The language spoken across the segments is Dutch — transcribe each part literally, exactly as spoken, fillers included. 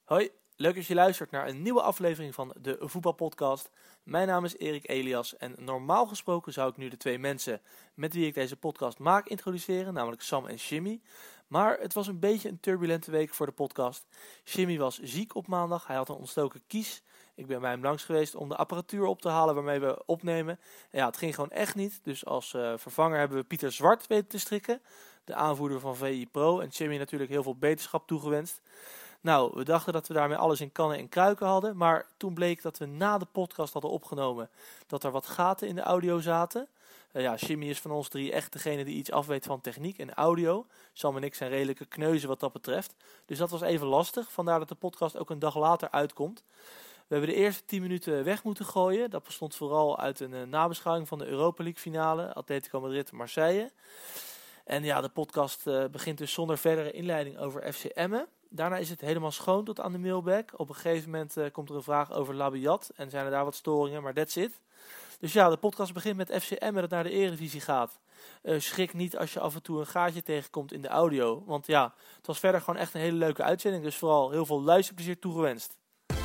Hoi, leuk dat je luistert naar een nieuwe aflevering van de Voetbalpodcast. Mijn naam is Erik Elias en normaal gesproken zou ik nu de twee mensen met wie ik deze podcast maak introduceren, namelijk Sam en Jimmy. Maar het was een beetje een turbulente week voor de podcast. Jimmy was ziek op maandag, hij had een ontstoken kies. Ik ben bij hem langs geweest om de apparatuur op te halen waarmee we opnemen. En ja, het ging gewoon echt niet, dus als uh, vervanger hebben we Pieter Zwart weten te strikken, de aanvoerder van V I Pro, en Jimmy natuurlijk heel veel beterschap toegewenst. Nou, we dachten dat we daarmee alles in kannen en kruiken hadden, maar toen bleek dat we na de podcast hadden opgenomen dat er wat gaten in de audio zaten. Uh, ja, Jimmy is van ons drie echt degene die iets afweet van techniek en audio. Sam en ik zijn redelijke kneuzen wat dat betreft. Dus dat was even lastig, vandaar dat de podcast ook een dag later uitkomt. We hebben de eerste tien minuten weg moeten gooien. Dat bestond vooral uit een uh, nabeschouwing van de Europa League finale, Atletico Madrid-Marseille. En ja, de podcast uh, begint dus zonder verdere inleiding over F C Emmen. Daarna is het helemaal schoon tot aan de mailback. Op een gegeven moment uh, komt er een vraag over Labiat en zijn er daar wat storingen, maar that's it. Dus ja, de podcast begint met F C Emmen dat naar de Eredivisie gaat. Uh, schrik niet als je af en toe een gaatje tegenkomt in de audio. Want ja, het was verder gewoon echt een hele leuke uitzending. Dus vooral heel veel luisterplezier toegewenst.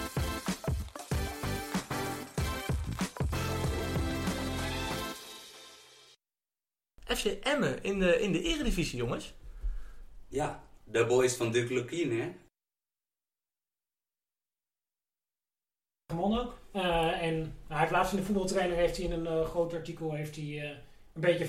F C Emmen in de, in de Eredivisie, jongens. Ja, de boys van Duke Lukien, hè? Gewonnen. Uh, en hij heeft laatst in de voetbaltrainer heeft hij in een uh, groot artikel heeft hij uh, een beetje.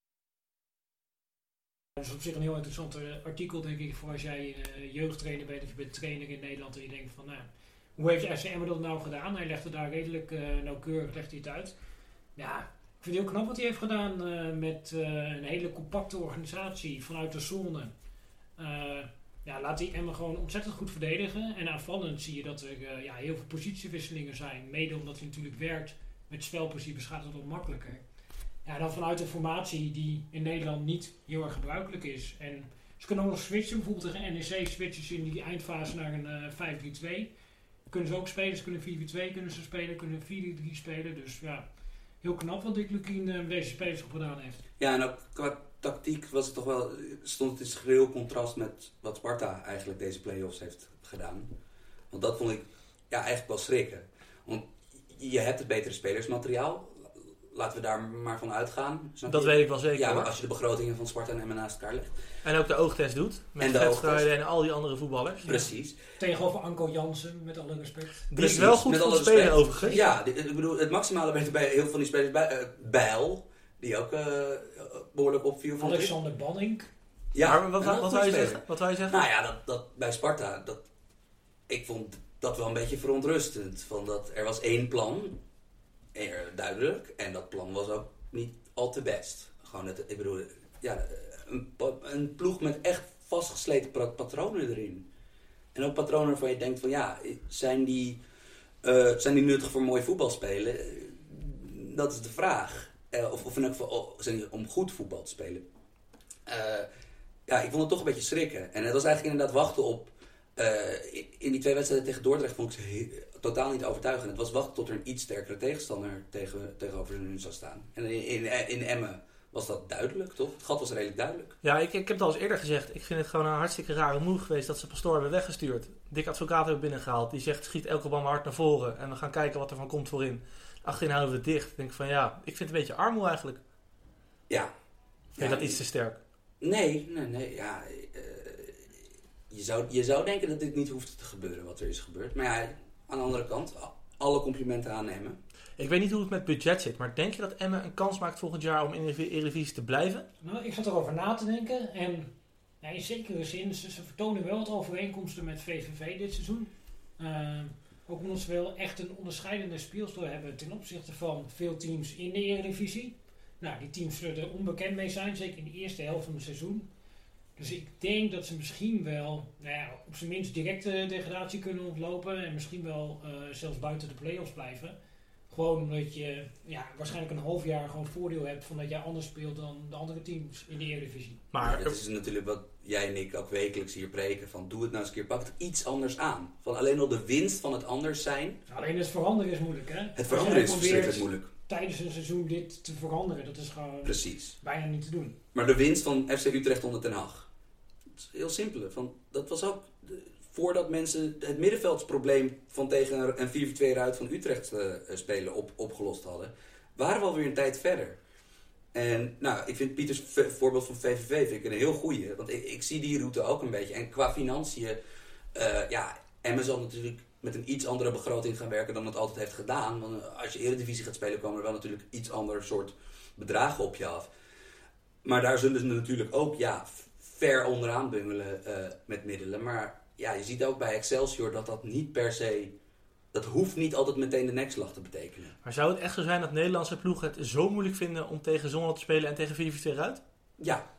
Dat is op zich een heel interessant uh, artikel, denk ik, voor als jij uh, jeugdtrainer bent of je bent trainer in Nederland en je denkt van, nou, hoe heeft F C Emmen dat nou gedaan? Hij legde daar redelijk uh, nauwkeurig legt hij het uit. Ja, ik vind het heel knap wat hij heeft gedaan uh, met uh, een hele compacte organisatie vanuit de zone. Uh, ja, laat die Emmen gewoon ontzettend goed verdedigen. En aanvallend zie je dat er uh, ja, heel veel positiewisselingen zijn. Mede omdat hij natuurlijk werkt met spelprincipes gaat het wat makkelijker. Ja, dan vanuit een formatie die in Nederland niet heel erg gebruikelijk is. En ze kunnen ook nog switchen. Bijvoorbeeld tegen N E C switchen ze in die eindfase naar een uh, vijf drie twee. Kunnen ze ook spelen. Ze kunnen vier vier twee kunnen ze spelen. Kunnen vier drie drie spelen. Dus ja, heel knap wat Dick Lukien uh, deze spelers op gedaan heeft. Ja, en ook qua tactiek was het toch wel, stond het in schril contrast met wat Sparta eigenlijk deze play-offs heeft gedaan. Want dat vond ik ja, eigenlijk wel schrikken. Want je hebt het betere spelersmateriaal. Laten we daar maar van uitgaan. Snap dat je? Weet ik wel zeker. Ja, maar hoor. als je de begrotingen van Sparta en Emmen naast elkaar legt. En ook de oogtest doet. Met Vetstruiden en al die andere voetballers. Precies. Ja. Tegenover Anko Jansen, met alle respect. Die is wel goed voor spelen overigens. Ja, ik bedoel, het maximale werd bij heel veel van die spelers bij. Uh, Bijl, die ook uh, behoorlijk opviel. Alexander Banning. Ja, maar wat, wat, wat, wil je zeggen? wat wil je zeggen? Nou ja, dat, dat bij Sparta, dat, ik vond dat wel een beetje verontrustend. Van dat er was één plan, er, duidelijk, en dat plan was ook niet al te best. Gewoon het, ik bedoel, ja, een, een ploeg met echt vastgesleten patronen erin. En ook patronen waarvan je denkt van ja, zijn die, uh, zijn die nuttig voor mooi voetbal spelen? Dat is de vraag. Uh, of, of in elk geval zijn die om goed voetbal te spelen. Uh, ja, ik vond het toch een beetje schrikken. En het was eigenlijk inderdaad wachten op... Uh, in, in die twee wedstrijden tegen Dordrecht vond ik ze he- totaal niet overtuigend. Het was wachten tot er een iets sterkere tegenstander tegen, tegenover hun zou staan. En in, in, in Emmen was dat duidelijk, toch? Het gat was redelijk duidelijk. Ja, ik, ik heb het al eens eerder gezegd. Ik vind het gewoon een hartstikke rare move geweest dat ze Pastoor hebben weggestuurd. Dick Advocaat hebben binnengehaald. Die zegt, schiet elke bal maar hard naar voren. En we gaan kijken wat er van komt voorin. Achterin houden we het dicht. Ik denk van ja, ik vind het een beetje armoe eigenlijk. Ja. Vind je ja, dat iets te sterk? Nee, nee, nee. Ja, uh, je, zou, je zou denken dat dit niet hoeft te gebeuren wat er is gebeurd. Maar ja, aan de andere kant, alle complimenten aan Emmen. Ik weet niet hoe het met budget zit, maar denk je dat Emmen een kans maakt volgend jaar om in de Eredivisie te blijven? Nou, ik zat erover na te denken en ja, in zekere zin, ze, ze vertonen wel wat overeenkomsten met V V V dit seizoen. Uh, ook omdat ze wel echt een onderscheidende speelstijl hebben ten opzichte van veel teams in de Eredivisie. Nou, die teams zullen er onbekend mee zijn, zeker in de eerste helft van het seizoen. Dus ik denk dat ze misschien wel, nou ja, op zijn minst directe degradatie kunnen ontlopen en misschien wel uh, zelfs buiten de play-offs blijven. Gewoon omdat je ja, waarschijnlijk een half jaar gewoon voordeel hebt van dat jij anders speelt dan de andere teams in de Eredivisie. Maar dat is natuurlijk wat jij en ik ook wekelijks hier preken van doe het nou eens een keer, pak het iets anders aan. Van alleen al de winst van het anders zijn. Alleen het veranderen is moeilijk, hè? Het veranderen is verschrikkelijk moeilijk. Tijdens een seizoen dit te veranderen, dat is gewoon Precies. bijna niet te doen. Maar de winst van F C Utrecht onder Ten Hag. Het is heel simpel. Van, dat was ook voordat mensen het middenveldsprobleem van tegen een vier vier twee ruit van Utrecht uh, spelen op, opgelost hadden, waren we alweer een tijd verder. En nou, ik vind Pieters v- voorbeeld van V V V vind ik een heel goeie. Want ik, ik zie die route ook een beetje. En qua financiën, uh, ja, Emmen zal natuurlijk met een iets andere begroting gaan werken dan het altijd heeft gedaan. Want uh, als je Eredivisie gaat spelen, komen er wel natuurlijk iets ander soort bedragen op je af. Maar daar zullen ze natuurlijk ook, ja, ver onderaan bungelen uh, met middelen. Maar ja, je ziet ook bij Excelsior dat dat niet per se... Dat hoeft niet altijd meteen de nekslag te betekenen. Maar zou het echt zo zijn dat Nederlandse ploegen het zo moeilijk vinden om tegen Zwolle te spelen en tegen vier vier twee ruit? Ja.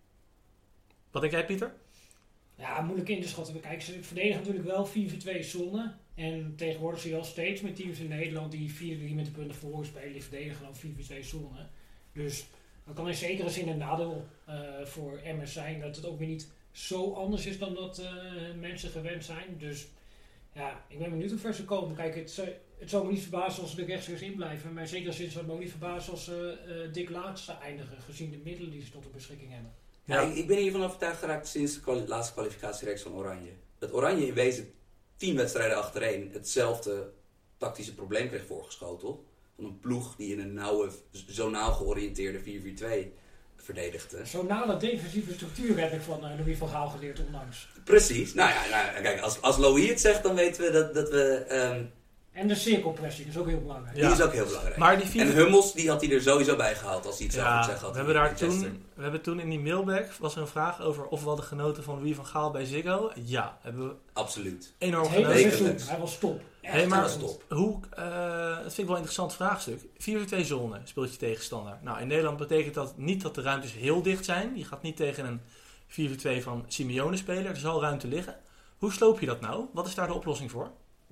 Wat denk jij, Pieter? Ja, moeilijk in te schatten. Kijk, ze verdedigen natuurlijk wel vier vier twee zone. En tegenwoordig zie je wel steeds met teams in Nederland die vier drie met de punten voor spelen. Die verdedigen dan vier vier twee zone. Dus dat kan in zekere zin een nadeel uh, voor Emmen zijn. Dat het ook weer niet zo anders is dan dat uh, mensen gewend zijn. Dus ja, ik ben benieuwd hoe ver ze komen. Kijk, het, het zou me niet verbazen als ze er rechtstreeks in blijven. Maar in zekere zin zou het me ook niet verbazen als ze uh, dik laatste eindigen. Gezien de middelen die ze tot hun beschikking hebben. Ja. Ja, ik ben hiervan overtuigd geraakt sinds de kwali- laatste kwalificatiereeks van Oranje. Dat Oranje in wezen tien wedstrijden achtereen hetzelfde tactische probleem kreeg voorgeschoteld. Van een ploeg die in een nauwe, zonaal georiënteerde vier vier twee verdedigde. Zonale defensieve structuur heb ik van uh, Louis van Gaal geleerd onlangs. Precies. Nou ja, nou, kijk, als, als Louis het zegt, dan weten we dat, dat we... Um, En de cirkelpressie is ook heel belangrijk. Die ja. is ook heel belangrijk. Maar die vier... En Hummels, die had hij er sowieso bij gehaald als hij het zelf ja, moet zeggen. We hebben, daar toen, we hebben toen in die mailback was er een vraag over of we hadden genoten van Louis van Gaal bij Ziggo. Ja, hebben we absoluut enorm het hele genoten. seizoen, hij was top. Hey, maar was top. Hoe, uh, dat vind ik wel een interessant vraagstuk. vier vier twee zone speelt je tegenstander. Nou, in Nederland betekent dat niet dat de ruimtes heel dicht zijn. Je gaat niet tegen een vier vier twee van Simeone spelen. Er zal ruimte liggen. Hoe sloop je dat nou? Wat is daar de oplossing voor?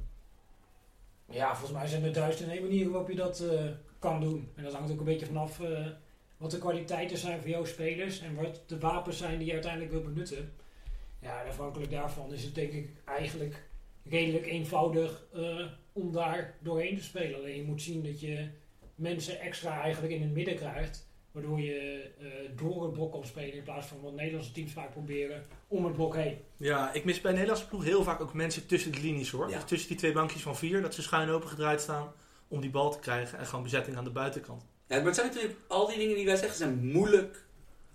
Ja, volgens mij zijn er duizend en één manieren waarop je dat uh, kan doen. En dat hangt ook een beetje vanaf uh, wat de kwaliteiten zijn voor jouw spelers en wat de wapens zijn die je uiteindelijk wil benutten. Ja, en afhankelijk daarvan is het denk ik eigenlijk redelijk eenvoudig uh, om daar doorheen te spelen. Alleen je moet zien dat je mensen extra eigenlijk in het midden krijgt, waardoor je uh, door het blok kan spelen in plaats van wat Nederlandse teams vaak proberen om het blok heen. Ja, ik mis bij Nederlandse ploeg heel vaak ook mensen tussen de linies hoor. Ja. Dus tussen die twee bankjes van vier, dat ze schuin open gedraaid staan om die bal te krijgen en gewoon bezetting aan de buitenkant. Ja, maar het zijn natuurlijk, al die dingen die wij zeggen zijn moeilijk.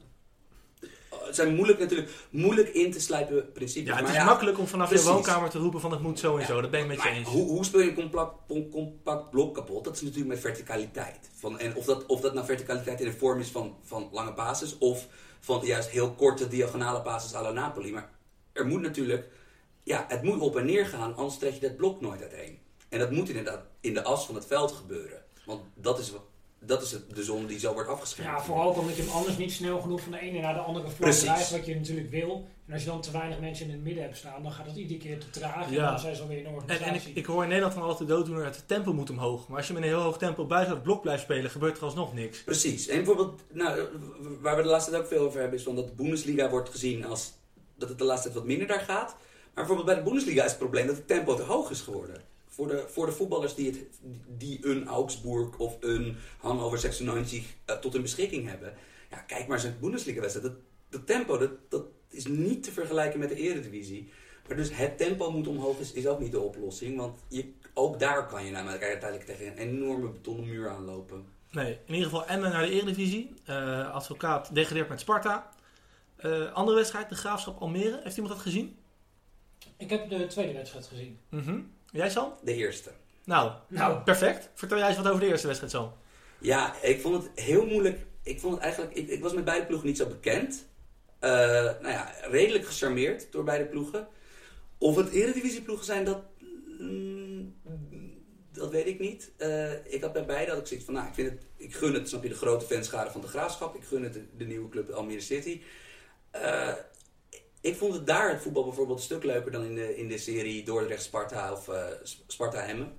Het zijn moeilijk natuurlijk, moeilijk in te slijpen principes. Ja, het maar is ja, makkelijk om vanaf precies. je woonkamer te roepen van het moet zo en Ja, zo. Dat ben ik met je maar eens. Hoe, hoe speel je een compact, compact blok kapot? Dat is natuurlijk met verticaliteit. Van, en of, dat, of dat nou verticaliteit in de vorm is van, van lange bases of van juist heel korte diagonale bases à la Napoli. Maar er moet natuurlijk, ja, het moet op en neer gaan, anders trek je dat blok nooit uiteen. En dat moet inderdaad in de as van het veld gebeuren. Want dat is, dat is het, de zon die zo wordt afgeschermd. Ja, vooral ook omdat je hem anders niet snel genoeg van de ene naar de andere vloer drijft, wat je natuurlijk wil. En als je dan te weinig mensen in het midden hebt staan, dan gaat dat iedere keer te traag. Ja. En dan zijn ze alweer in de En, en ik, organisatie. ik hoor in Nederland van altijd de dooddoener, het tempo moet omhoog. Maar als je met een heel hoog tempo buiten het blok blijft spelen, gebeurt er alsnog niks. Precies. En bijvoorbeeld, nou, waar we de laatste tijd ook veel over hebben, is van dat de Bundesliga wordt gezien als dat het de laatste tijd wat minder daar gaat. Maar bijvoorbeeld bij de Bundesliga is het probleem dat het tempo te hoog is geworden. Voor de, voor de voetballers die, het, die een Augsburg of een Hannover zesennegentig uh, tot hun beschikking hebben. Ja, kijk maar eens naar de Bundesliga-wedstrijd. Dat, dat tempo, dat, dat is niet te vergelijken met de Eredivisie. Maar dus het tempo moet omhoog is, is ook niet de oplossing. Want je, ook daar kan je namelijk uiteindelijk tegen een enorme betonnen muur aanlopen. Nee, in ieder geval Emmen naar de Eredivisie. Uh, Advocaat degradeert met Sparta. Uh, andere wedstrijd, de Graafschap Almere. Heeft iemand dat gezien? Ik heb de tweede wedstrijd gezien. Mm-hmm. Jij, Sam? De eerste. Nou, Nou. perfect. Vertel jij eens wat over de eerste wedstrijd, Sam. Ja, ik vond het heel moeilijk. Ik vond het eigenlijk, ik, ik was met beide ploegen niet zo bekend. Uh, nou ja, redelijk gecharmeerd door beide ploegen. Of het Eredivisieploegen zijn, dat, mm, dat weet ik niet. Uh, ik had bij beide had ik zoiets van, nou, ik vind het, ik gun het, snap je, de grote fanschade van de Graafschap. Ik gun het de, de nieuwe club Almere City. Uh, ik vond het daar het voetbal bijvoorbeeld een stuk leuker dan in de, in de serie Dordrecht Sparta of uh, Sparta Emmen.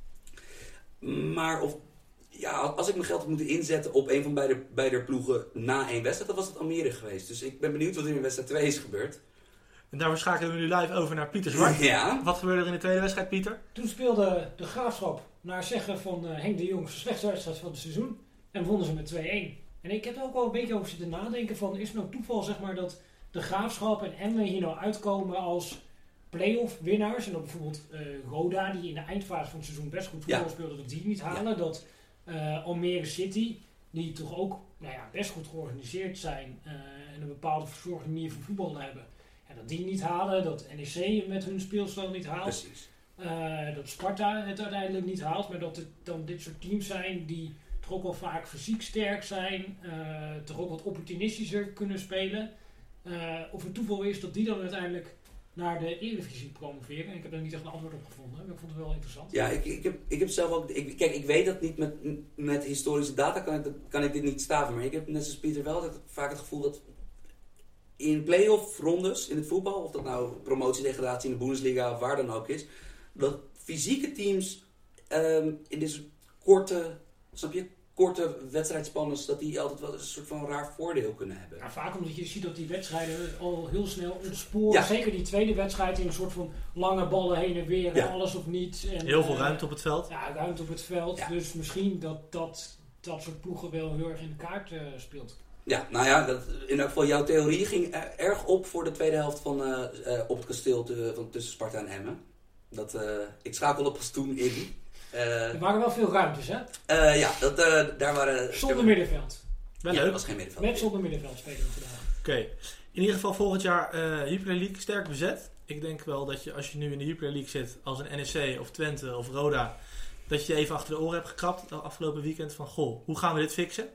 Maar of, ja, als ik mijn geld had moeten inzetten op een van beide, beide ploegen na één wedstrijd, dan was het Almere geweest. Dus ik ben benieuwd wat er in wedstrijd twee is gebeurd. En daarvoor schakelen we nu live over naar Pieter Zwart. Ja. Wat gebeurde er in de tweede wedstrijd, Pieter? Toen speelde de Graafschap naar zeggen van uh, Henk de Jong zijn slechtste wedstrijd van het seizoen. En wonnen ze met twee-één. En ik heb er ook wel een beetje over zitten nadenken van, is het nou toeval zeg maar dat de Graafschap en Emmen hier nou uitkomen als play-off winnaars. En dat bijvoorbeeld uh, Roda, die in de eindfase van het seizoen best goed voetbal ja. speelde, dat die niet halen. Ja. Dat uh, Almere City, die toch ook nou ja, best goed georganiseerd zijn uh, en een bepaalde verzorgde manier van voetbal hebben. Ja, dat die niet halen, dat N E C met hun speelstijl niet haalt. Precies. Uh, dat Sparta het uiteindelijk niet haalt, maar dat het dan dit soort teams zijn die toch ook wel vaak fysiek sterk zijn, uh, toch ook wat opportunistischer kunnen spelen. Uh, of het toeval is dat die dan uiteindelijk naar de Eredivisie promoveren. En ik heb daar niet echt een antwoord op gevonden, maar ik vond het wel interessant. Ja, ik, ik, heb, ik heb zelf ook... Ik, kijk, ik weet dat niet met, met historische data kan ik, kan ik dit niet staven, maar ik heb net zoals Pieter wel dat, vaak het gevoel dat in play-off rondes in het voetbal, of dat nou promotiedegradatie in de Bundesliga of waar dan ook is, dat fysieke teams um, in deze korte, snap je, korte wedstrijdspannen, dat die altijd wel een soort van raar voordeel kunnen hebben. Ja, vaak omdat je ziet dat die wedstrijden al heel snel ontsporen. Ja. Zeker die tweede wedstrijd in een soort van lange ballen heen en weer, ja. alles of niets. En, heel veel uh, ruimte op het veld. Ja, ruimte op het veld. Ja. Dus misschien dat, dat dat soort ploegen wel heel erg in de kaart uh, speelt. Ja, nou ja, dat, in elk geval jouw theorie ging erg op voor de tweede helft van uh, uh, op het kasteel te, van, tussen Sparta en Emmen. Dat, uh, ik schakelde pas toen in. Uh, er waren wel veel ruimtes, hè? Uh, ja, dat, uh, daar waren... Zonder daar, middenveld. Wel ja, leuk. Dat was geen middenveld. Met zonder middenveld spelen we vandaag. Oké. Okay. In ieder geval volgend jaar uh, Jupiler League sterk bezet. Ik denk wel dat je als je nu in de Jupiler League zit als een N E C of Twente of Roda, dat je je even achter de oren hebt gekrapt het afgelopen weekend van goh, hoe gaan we dit fixen?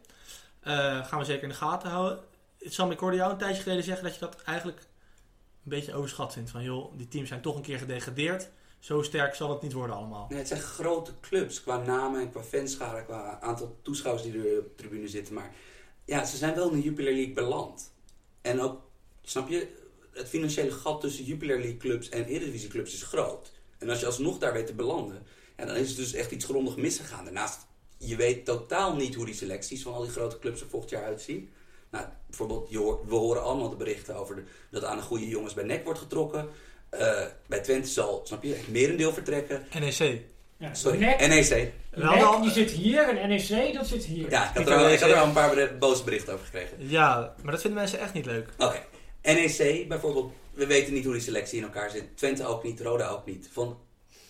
Uh, gaan we zeker in de gaten houden. Sam, ik hoorde jou een tijdje geleden zeggen dat je dat eigenlijk een beetje overschat vindt. Van joh, die teams zijn toch een keer gedegradeerd. Zo sterk zal het niet worden allemaal. Nee, het zijn grote clubs qua namen en qua fanschade, qua aantal toeschouwers die er op de tribune zitten. Maar ja, ze zijn wel in de Jupiler League beland. En ook, snap je, het financiële gat tussen Jupiler League clubs en Eredivisie clubs is groot. En als je alsnog daar weet te belanden, ja, dan is het dus echt iets grondig misgegaan. Daarnaast, je weet totaal niet hoe die selecties van al die grote clubs er volgend jaar uitzien. Nou, bijvoorbeeld, je hoort, we horen allemaal de berichten over de, dat aan de goede jongens bij N E C wordt getrokken. Uh, bij Twente zal, snap je, het merendeel vertrekken. N E C. Ja, Sorry, N E C. N E C die zit hier en N E C dat zit hier. Ja, ik had er al, ik had er al een paar bericht, boze berichten over gekregen. Ja, maar dat vinden mensen echt niet leuk. Oké. Okay. N E C bijvoorbeeld, we weten niet hoe die selectie in elkaar zit. Twente ook niet, Roda ook niet. Van,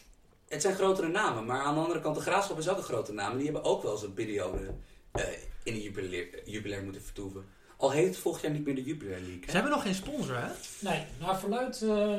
het zijn grotere namen, maar aan de andere kant, de Graafschap is ook een grote naam. Die hebben ook wel eens een periode uh, in de Jupiler, Jupiler moeten vertoeven. Al heet het volgend jaar niet meer de Jupiler League. Hè? Ze hebben nog geen sponsor, hè? Nee, naar verluidt uh,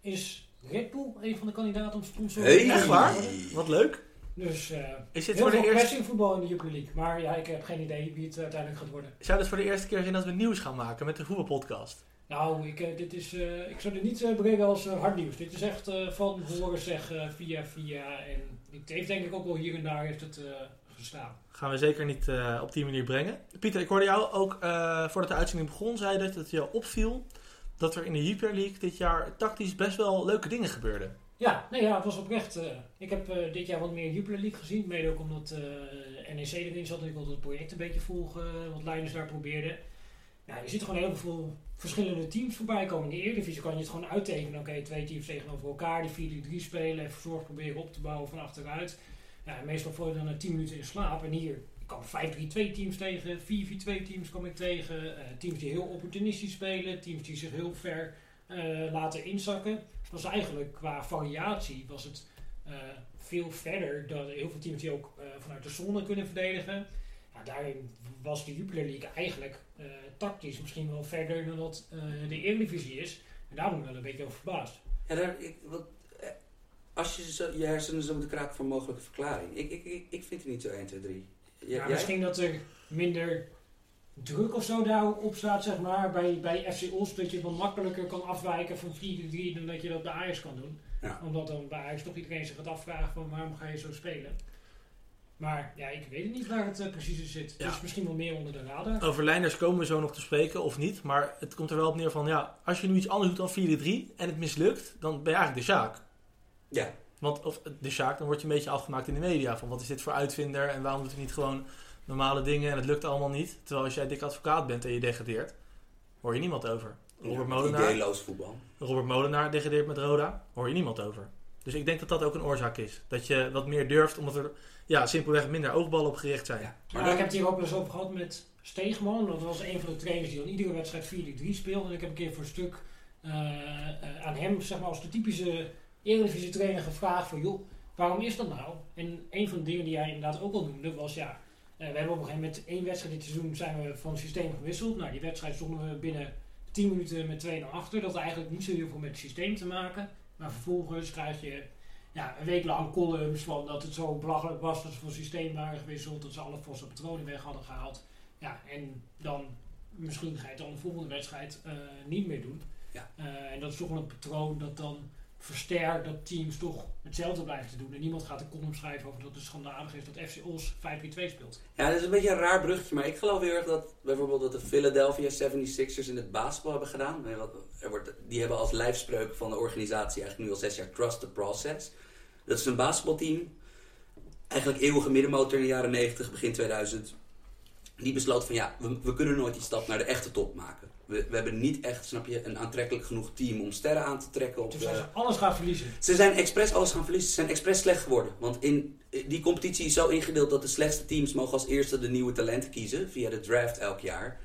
is Red Bull een van de kandidaten om sponsor. Hey. Echt waar? Wat leuk. Dus uh, is dit heel voor veel de eerste voetbal in de Jupiler League. Maar ja, ik heb geen idee wie het uiteindelijk gaat worden. Zou dit voor de eerste keer zijn dat we nieuws gaan maken met de voetbalpodcast? Nou, ik, uh, dit is, uh, ik zou dit niet uh, brengen als uh, hard nieuws. Dit is echt uh, van horen zeggen, via via. En het heeft denk ik ook wel hier en daar heeft het uh, gestaan. Gaan we zeker niet uh, op die manier brengen. Pieter, ik hoorde jou ook, uh, voordat de uitzending begon, zei dat het jou opviel dat er in de Jupiler League dit jaar tactisch best wel leuke dingen gebeurden. Ja, nee, ja, het was oprecht. Uh, ik heb uh, dit jaar wat meer Jupiler League gezien. Mede ook omdat uh, N E C erin zat en ik wilde het project een beetje volgen, wat leiders daar probeerden. Ja, je ziet gewoon heel veel verschillende teams voorbij komen. In de Eredivisie kan je het gewoon uittekenen. Oké, okay, twee teams tegenover elkaar, die vier drie spelen en verzorgd proberen op te bouwen van achteruit. Ja, meestal val je dan na tien minuten in slaap. En hier kwam vijf drie twee teams tegen, vier vier twee teams kwam ik tegen. Uh, teams die heel opportunistisch spelen, teams die zich heel ver uh, laten inzakken. Het was eigenlijk qua variatie was het uh, veel verder dan heel veel teams die ook uh, vanuit de zone kunnen verdedigen. Ja, daarin was de Jupiler League eigenlijk uh, tactisch misschien wel verder dan dat uh, de Eredivisie is. En daar ben ik wel een beetje over verbaasd. Ja, daar, ik, wat, als je zo, je hersenen zo moeten kraken voor een mogelijke verklaring. Ik, ik, ik, ik vind het niet zo één, twee, drie. Ja, ja, misschien dat er minder druk of zo daarop staat, zeg maar. Bij, bij F C Os dat je wat makkelijker kan afwijken van vier drie dan dat je dat bij Ajax kan doen. Ja. Omdat dan bij Ajax toch iedereen zich gaat afvragen van waarom ga je zo spelen. Maar ja, ik weet het niet waar het uh, precies in zit. Het ja. is misschien wel meer onder de radar. Over lijners komen we zo nog te spreken of niet. Maar het komt er wel op neer van, ja, als je nu iets anders doet dan vier drie en het mislukt, dan ben je eigenlijk de Sjaak. Ja. Want of de Sjaak, dan word je een beetje afgemaakt in de media. Van wat is dit voor uitvinder en waarom doet hij niet gewoon normale dingen en het lukt allemaal niet. Terwijl als jij dik advocaat bent en je degradeert, hoor je niemand over. Robert ja, Molenaar, ideeloos voetbal. Robert Molenaar degradeert met Roda, hoor je niemand over. Dus ik denk dat dat ook een oorzaak is. Dat je wat meer durft, omdat er ja, simpelweg minder oogballen op gericht zijn. Ja. Maar ja, ik heb het hier ook wel eens over gehad met Steegman. Dat was een van de trainers die dan iedere wedstrijd vier drie speelde. En ik heb een keer voor een stuk uh, uh, aan hem zeg maar, als de typische Eredivisie trainer gevraagd van joh, waarom is dat nou? En een van de dingen die hij inderdaad ook al noemde was ja, uh, we hebben op een gegeven moment één wedstrijd dit seizoen zijn we van het systeem gewisseld. Nou, die wedstrijd stonden we binnen tien minuten met twee nul achter. Dat had eigenlijk niet zo heel veel met het systeem te maken. Maar vervolgens krijg je ja, een week lang columns van dat het zo belachelijk was dat ze van systeem waren gewisseld, dat ze alle vaste patronen weg hadden gehaald. Ja, en dan misschien ga je het dan de volgende wedstrijd uh, niet meer doen. Ja. Uh, en dat is toch wel een patroon dat dan versterkt dat teams toch hetzelfde blijven te doen. En niemand gaat een column schrijven over dat het schandalig is dat F C Os vijf drie twee speelt. Ja, dat is een beetje een raar bruggetje, maar ik geloof heel erg dat bijvoorbeeld dat de Philadelphia zevenenzeventigers in het basketbal hebben gedaan. Er wordt, die hebben als lijfspreuk van de organisatie eigenlijk nu al zes jaar Trust the Process. Dat is een basketbalteam, eigenlijk eeuwige middenmotor in de jaren negentig, begin tweeduizend. Die besloot van ja, we, we kunnen nooit die stap naar de echte top maken. We, we hebben niet echt, snap je, een aantrekkelijk genoeg team om sterren aan te trekken. Op Dus de, ze alles gaan verliezen. Ze zijn expres alles gaan verliezen. Ze zijn expres slecht geworden. Want in, die competitie is zo ingedeeld dat de slechtste teams mogen als eerste de nieuwe talenten kiezen. Via de draft elk jaar.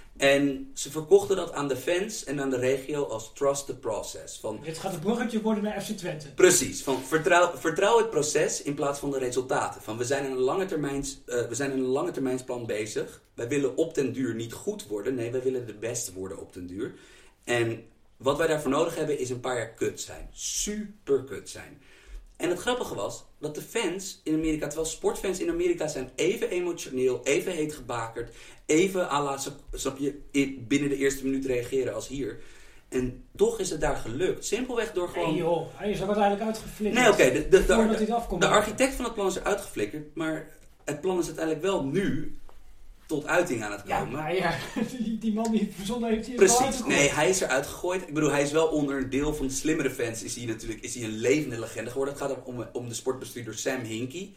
En ze verkochten dat aan de fans en aan de regio als trust the process. Van, dit gaat een bruggetje worden naar F C Twente. Precies. Van vertrouw, vertrouw het proces in plaats van de resultaten. Van we zijn in een lange termijns, uh, we zijn in een lange termijnsplan bezig. Wij willen op den duur niet goed worden. Nee, wij willen de beste worden op den duur. En wat wij daarvoor nodig hebben is een paar jaar kut zijn. Super kut zijn. En het grappige was dat de fans in Amerika, terwijl sportfans in Amerika zijn even emotioneel, even heet gebakerd, even à la, snap je, binnen de eerste minuut reageren als hier. En toch is het daar gelukt. Simpelweg door gewoon... Nee joh, hij is er uiteindelijk uitgeflikkerd. Nee, oké. Okay, de, de, de, de, de architect van het plan is eruit geflikkerd, maar het plan is uiteindelijk wel nu tot uiting aan het komen. Ja, maar ja, die, die man die verzonnen heeft hier precies, nee, hij is eruit gegooid. Ik bedoel, hij is wel onder een deel van de slimmere fans, is hij natuurlijk is hij een levende legende geworden. Het gaat om, om de sportbestuurder Sam Hinkie.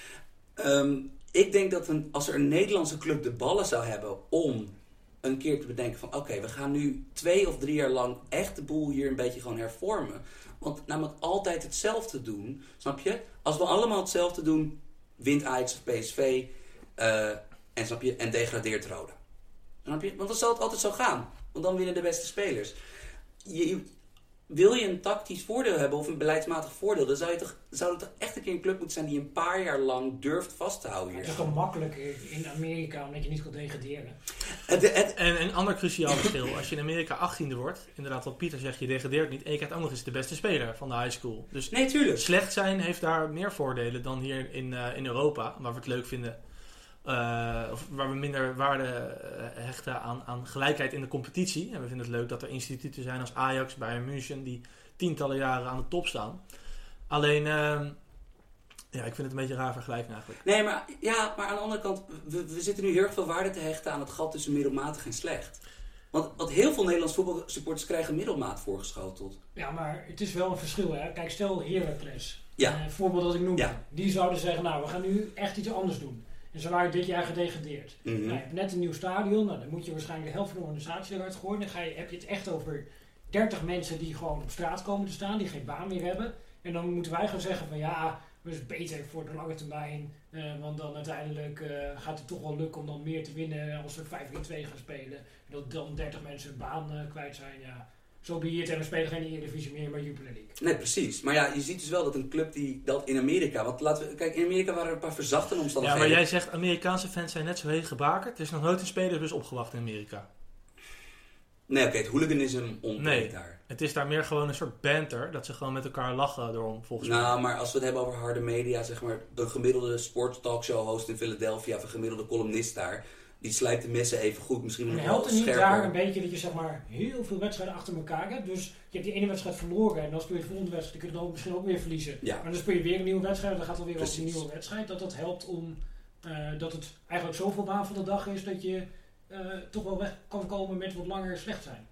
Um, ik denk dat een, als er een Nederlandse club de ballen zou hebben om een keer te bedenken van oké, okay, we gaan nu twee of drie jaar lang echt de boel hier een beetje gewoon hervormen. Want namelijk altijd hetzelfde doen, snap je? Als we allemaal hetzelfde doen, wint Ajax of P S V uh, en, snap je, en degradeert Roda. Snap je? Want dan zal het altijd zo gaan. Want dan winnen de beste spelers. Je, wil je een tactisch voordeel hebben of een beleidsmatig voordeel, dan zou, je toch, zou het toch echt een keer een club moeten zijn die een paar jaar lang durft vast te houden. Hier. Het is toch makkelijk in Amerika omdat je niet kan degraderen. Het, het, en een ander cruciaal verschil. Als je in Amerika achttiende wordt, inderdaad wat Pieter zegt, je degradeert niet en je krijgt ook nog eens de beste speler van de high school. Dus nee, tuurlijk. Slecht zijn heeft daar meer voordelen dan hier in, uh, in Europa, waar we het leuk vinden. Uh, of waar we minder waarde uh, hechten aan, aan gelijkheid in de competitie. En we vinden het leuk dat er instituten zijn als Ajax, Bayern München, die tientallen jaren aan de top staan. Alleen, uh, ja, ik vind het een beetje een raar vergelijking eigenlijk. Nee, maar, ja, maar aan de andere kant, we, we zitten nu heel erg veel waarde te hechten aan het gat tussen middelmatig en slecht. Want, want heel veel Nederlandse voetbalsupporters krijgen middelmaat voorgeschoteld. Ja, maar het is wel een verschil, hè. Kijk, stel Heracles. Ja. Uh, voorbeeld dat ik noemde. Ja. Die zouden zeggen, nou, we gaan nu echt iets anders doen. En ze waren dit jaar gedegradeerd. Mm-hmm. Nou, je hebt net een nieuw stadion. Nou, dan moet je waarschijnlijk de helft van de organisatie eruit gooien. Dan ga je, heb je het echt over dertig mensen die gewoon op straat komen te staan. Die geen baan meer hebben. En dan moeten wij gaan zeggen van ja, dat is beter voor de lange termijn. Uh, want dan uiteindelijk uh, gaat het toch wel lukken om dan meer te winnen als we vijf tegen twee gaan spelen. Dat dan dertig mensen hun baan uh, kwijt zijn. Ja. Zo be it, en we spelen geen Eredivisie meer, maar Jupiler League. Nee, precies. Maar ja, je ziet dus wel dat een club die dat in Amerika... Want laten we... Kijk, in Amerika waren er een paar verzachtende omstandigheden. Ja, maar jij zegt Amerikaanse fans zijn net zo heet gebakerd. Er is nog nooit een speler dus opgewacht in Amerika. Nee, oké, okay, het hooliganisme ontbreekt nee, daar. Het is daar meer gewoon een soort banter. Dat ze gewoon met elkaar lachen door volgens mij. Nou, maar als we het hebben over harde media, zeg maar... Een gemiddelde sporttalkshow host in Philadelphia... Of een gemiddelde columnist daar... Die slijpt de messen even goed, misschien nog wel scherper. En helpt het niet daar een beetje dat je zeg maar heel veel wedstrijden achter elkaar hebt. Dus je hebt die ene wedstrijd verloren en dan speel je de volgende wedstrijd. Dan kun je dan misschien ook weer verliezen. Ja. Maar dan speel je weer een nieuwe wedstrijd en dan gaat het weer over een nieuwe wedstrijd. Dat dat helpt om, uh, dat het eigenlijk zoveel baan van de dag is dat je uh, toch wel weg kan komen met wat langer slecht zijn.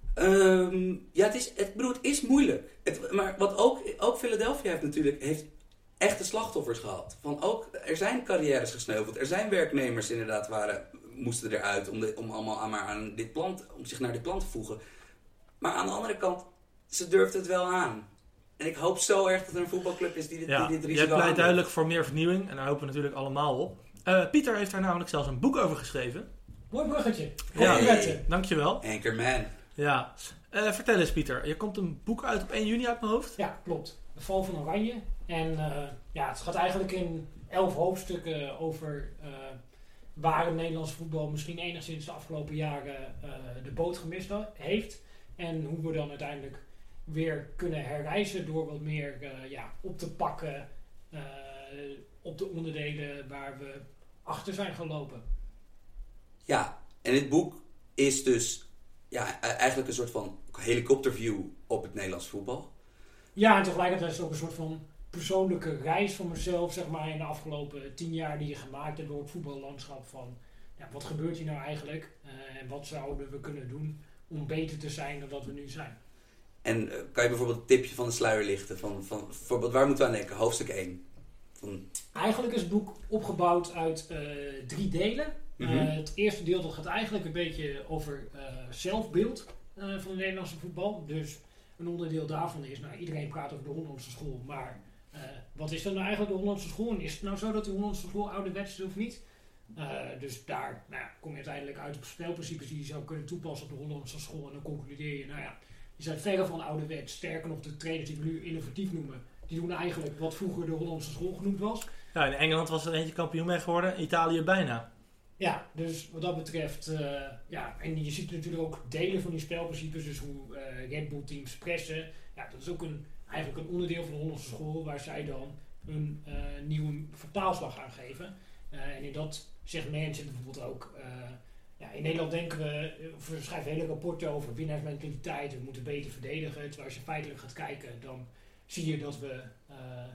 Um, ja, het is, het, bedoel, het is moeilijk. Het, maar wat ook, ook Philadelphia heeft natuurlijk... Heeft echte slachtoffers gehad. Van ook, er zijn carrières gesneuveld. Er zijn werknemers inderdaad waren, moesten eruit om, de, om allemaal aan, maar aan dit plan, om zich naar dit plan te voegen. Maar aan de andere kant, ze durft het wel aan. En ik hoop zo erg dat er een voetbalclub is die dit, ja, die dit risico aanneemt. Jij pleit duidelijk aan voor meer vernieuwing en daar hopen we natuurlijk allemaal op. Uh, Pieter heeft daar namelijk zelfs een boek over geschreven. Mooi bruggetje. Ja, dankjewel. Anchorman. Ja, uh, vertel eens Pieter. Je komt een boek uit op één juni uit mijn hoofd? Ja, klopt. De Val van Oranje. En uh, ja, het gaat eigenlijk in elf hoofdstukken over uh, waar het Nederlands voetbal misschien enigszins de afgelopen jaren uh, de boot gemist heeft. En hoe we dan uiteindelijk weer kunnen herreizen door wat meer uh, ja, op te pakken uh, op de onderdelen waar we achter zijn gelopen. Ja, en dit boek is dus ja, eigenlijk een soort van helikopterview op het Nederlands voetbal. Ja, en tegelijkertijd is het ook een soort van persoonlijke reis van mezelf, zeg maar, in de afgelopen tien jaar die je gemaakt hebt door het voetballandschap van, ja, wat gebeurt hier nou eigenlijk uh, en wat zouden we kunnen doen om beter te zijn dan dat we nu zijn. En uh, kan je bijvoorbeeld een tipje van de sluier lichten? Van, van, bijvoorbeeld, waar moeten we aan denken? Hoofdstuk één. Van... Eigenlijk is het boek opgebouwd uit uh, drie delen. Mm-hmm. Uh, het eerste deel dat gaat eigenlijk een beetje over uh, zelfbeeld uh, van het Nederlandse voetbal. Dus een onderdeel daarvan is, nou, iedereen praat over de Hollandse school, maar uh, wat is dan nou eigenlijk de Hollandse school? En is het nou zo dat de Hollandse school ouderwets is of niet? Uh, dus daar nou ja, kom je uiteindelijk uit op spelprincipes die je zou kunnen toepassen op de Hollandse school. En dan concludeer je, nou ja, die zijn verre van ouderwets. Sterker nog, de trainers die we nu innovatief noemen, die doen eigenlijk wat vroeger de Hollandse school genoemd was. Ja, in Engeland was er eentje kampioen mee geworden, Italië bijna. Ja, dus wat dat betreft, uh, ja, en je ziet natuurlijk ook delen van die spelprincipes, dus hoe uh, Red Bull teams pressen. Ja, dat is ook een, eigenlijk een onderdeel van de Hollandse school waar zij dan een uh, nieuwe vertaalslag aan geven. Uh, en in dat segment zit bijvoorbeeld ook, uh, ja, in Nederland denken we, we schrijven hele rapporten over winnaarsmentaliteit, we moeten beter verdedigen. Terwijl als je feitelijk gaat kijken, dan zie je dat we uh,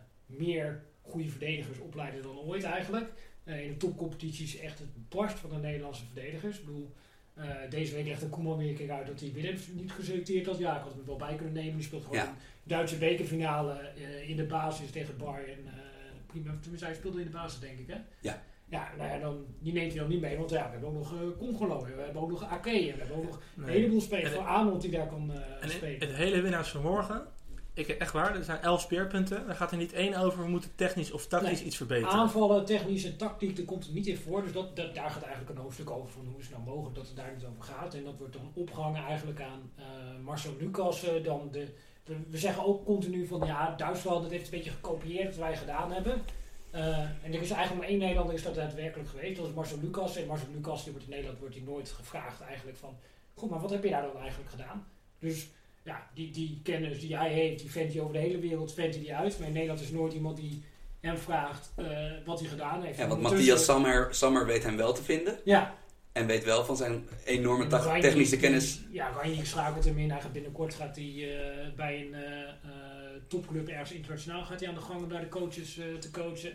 meer goede verdedigers opleiden dan ooit eigenlijk. Uh, in de topcompetities echt het barst van de Nederlandse verdedigers. Ik bedoel, uh, deze week legt de Koeman weer een keer uit dat hij Willems niet geselecteerd had. Ja, ik had hem wel bij kunnen nemen. Die speelt gewoon ja. een Duitse bekerfinale uh, in de basis tegen Bayern. Uh, prima, tenminste hij speelde in de basis denk ik hè. Ja. Ja, nou ja, dan, die neemt hij dan niet mee, want ja, we hebben ook nog uh, Congolo, we hebben ook nog Ake, we hebben ook nog nee. een heleboel spelers voor Arnold die daar kan uh, en spelen. Het hele winnaars van morgen, ik, echt waar, er zijn elf speerpunten, daar gaat er niet één over, we moeten technisch of tactisch nee. iets verbeteren. Aanvallen, technisch en tactiek, daar komt het niet in voor, dus dat, dat, daar gaat eigenlijk een hoofdstuk over van hoe is het nou mogelijk dat het daar niet over gaat. En dat wordt dan opgehangen eigenlijk aan uh, Marcel Lucas, uh, dan de, de, we zeggen ook continu van ja, Duitsland, dat heeft een beetje gekopieerd wat wij gedaan hebben. Uh, en er is eigenlijk maar één Nederlander is dat daadwerkelijk geweest, dat is Marcel Lucas. En Marcel Lucas, die wordt in Nederland wordt hij nooit gevraagd eigenlijk van, goed, maar wat heb je daar dan eigenlijk gedaan? Dus ja, die, die kennis die hij heeft, die vindt hij over de hele wereld, vindt hij die uit. Maar in Nederland is nooit iemand die hem vraagt uh, wat hij gedaan heeft. Ja, want Matthias Sammer, Sammer weet hem wel te vinden. Ja. En weet wel van zijn enorme ta- technische die, kennis. Die, ja, Ranjik schakelt hem in. Hij gaat binnenkort gaat hij, uh, bij een uh, uh, topclub ergens internationaal gaat hij aan de gang om daar de coaches uh, te coachen.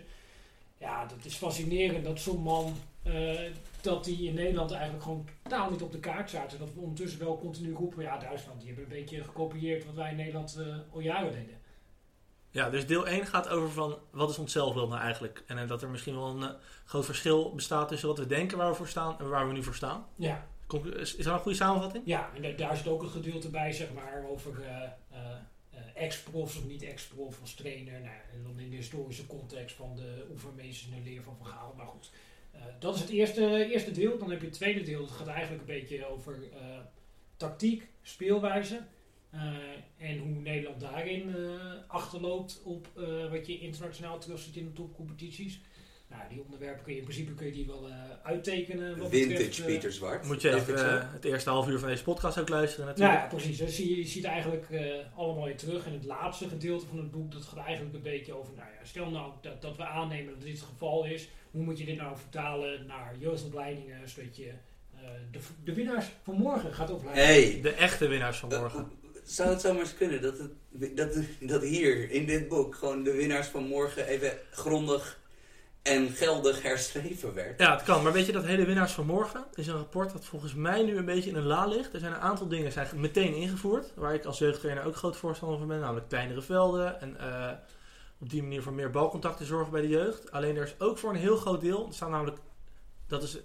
Ja, dat is fascinerend dat zo'n man, uh, dat die in Nederland eigenlijk gewoon totaal niet op de kaart zaten. Dat we ondertussen wel continu roepen, ja, Duitsland, die hebben een beetje gekopieerd wat wij in Nederland uh, al jaren deden. Ja, dus deel één gaat over van, wat is ons zelfbeeld nou eigenlijk? En uh, dat er misschien wel een uh, groot verschil bestaat tussen wat we denken waar we voor staan en waar we nu voor staan. Ja. Is, is dat een goede samenvatting? Ja, en da- daar zit ook een gedeelte bij, zeg maar, over uh, uh, uh, ex-profs of niet ex-prof als trainer. Nou, en dan in de historische context van de oefenmeesters en de leer van Van Gaal. Maar goed, uh, dat is het eerste, eerste deel. Dan heb je het tweede deel, dat gaat eigenlijk een beetje over uh, tactiek, speelwijze. Uh, en hoe Nederland daarin uh, achterloopt op uh, wat je internationaal terug ziet in de topcompetities. Nou, die onderwerpen kun je in principe kun je die wel uh, uittekenen. Wat Vintage betreft, uh, Pieter Zwart. Moet je even uh, het eerste half uur van deze podcast ook luisteren Nou natuurlijk. ja, precies. Dus je, je ziet eigenlijk uh, allemaal weer terug. En het laatste gedeelte van het boek, dat gaat eigenlijk een beetje over, nou ja, stel nou dat, dat we aannemen dat dit het geval is. Hoe moet je dit nou vertalen naar jeugdopleidingen, zodat je uh, de, de winnaars van morgen gaat opleiden. Hey. De echte winnaars van morgen. Uh, Zou het zomaar eens kunnen dat, het, dat, dat hier in dit boek gewoon de winnaars van morgen even grondig en geldig herschreven werd? Ja, het kan. Maar weet je, dat hele winnaars van morgen is een rapport dat volgens mij nu een beetje in een la ligt. Er zijn een aantal dingen zijn meteen ingevoerd, waar ik als jeugdtrainer ook groot voorstander van ben. Namelijk kleinere velden en uh, op die manier voor meer balcontact te zorgen bij de jeugd. Alleen er is ook voor een heel groot deel, er staan namelijk, dat is uh,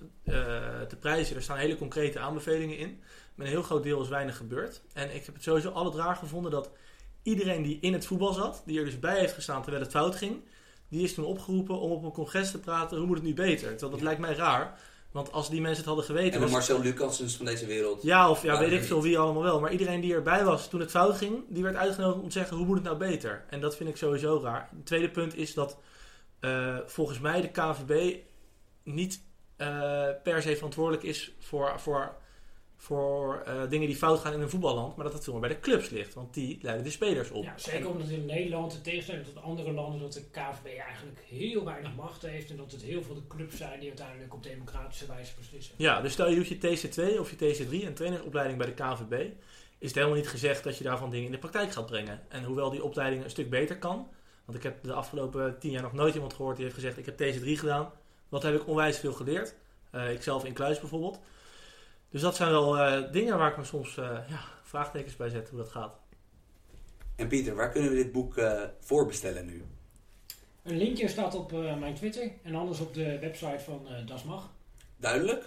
te prijzen, er staan hele concrete aanbevelingen in. Met een heel groot deel is weinig gebeurd. En ik heb het sowieso alle draag gevonden dat iedereen die in het voetbal zat, die er dus bij heeft gestaan terwijl het fout ging, die is toen opgeroepen om op een congres te praten, hoe moet het nu beter? Terwijl dat ja. lijkt mij raar. Want als die mensen het hadden geweten... En de was... Marcel Lucassens van deze wereld. Ja, of ja, weet ik niet. veel wie allemaal wel. Maar iedereen die erbij was toen het fout ging, die werd uitgenodigd om te zeggen, hoe moet het nou beter? En dat vind ik sowieso raar. Het tweede punt is dat uh, volgens mij de K N V B niet uh, per se verantwoordelijk is voor, voor, voor uh, dingen die fout gaan in een voetballand, maar dat het veel meer bij de clubs ligt. Want die leiden de spelers op. Ja, zeker en, omdat in Nederland, in tegenstelling tot andere landen, dat de K N V B eigenlijk heel weinig macht heeft en dat het heel veel de clubs zijn die uiteindelijk op democratische wijze beslissen. Ja, dus stel je doet je T C twee of je T C drie, een trainersopleiding bij de K N V B, is het helemaal niet gezegd dat je daarvan dingen in de praktijk gaat brengen. En hoewel die opleiding een stuk beter kan, want ik heb de afgelopen tien jaar nog nooit iemand gehoord die heeft gezegd, ik heb T C drie gedaan, wat heb ik onwijs veel geleerd. Uh, ik zelf in Kluis bijvoorbeeld. Dus dat zijn wel uh, dingen waar ik me soms uh, ja, vraagtekens bij zet hoe dat gaat. En Pieter, waar kunnen we dit boek uh, voorbestellen nu? Een linkje staat op uh, mijn Twitter en anders op de website van uh, Das Mag. Duidelijk?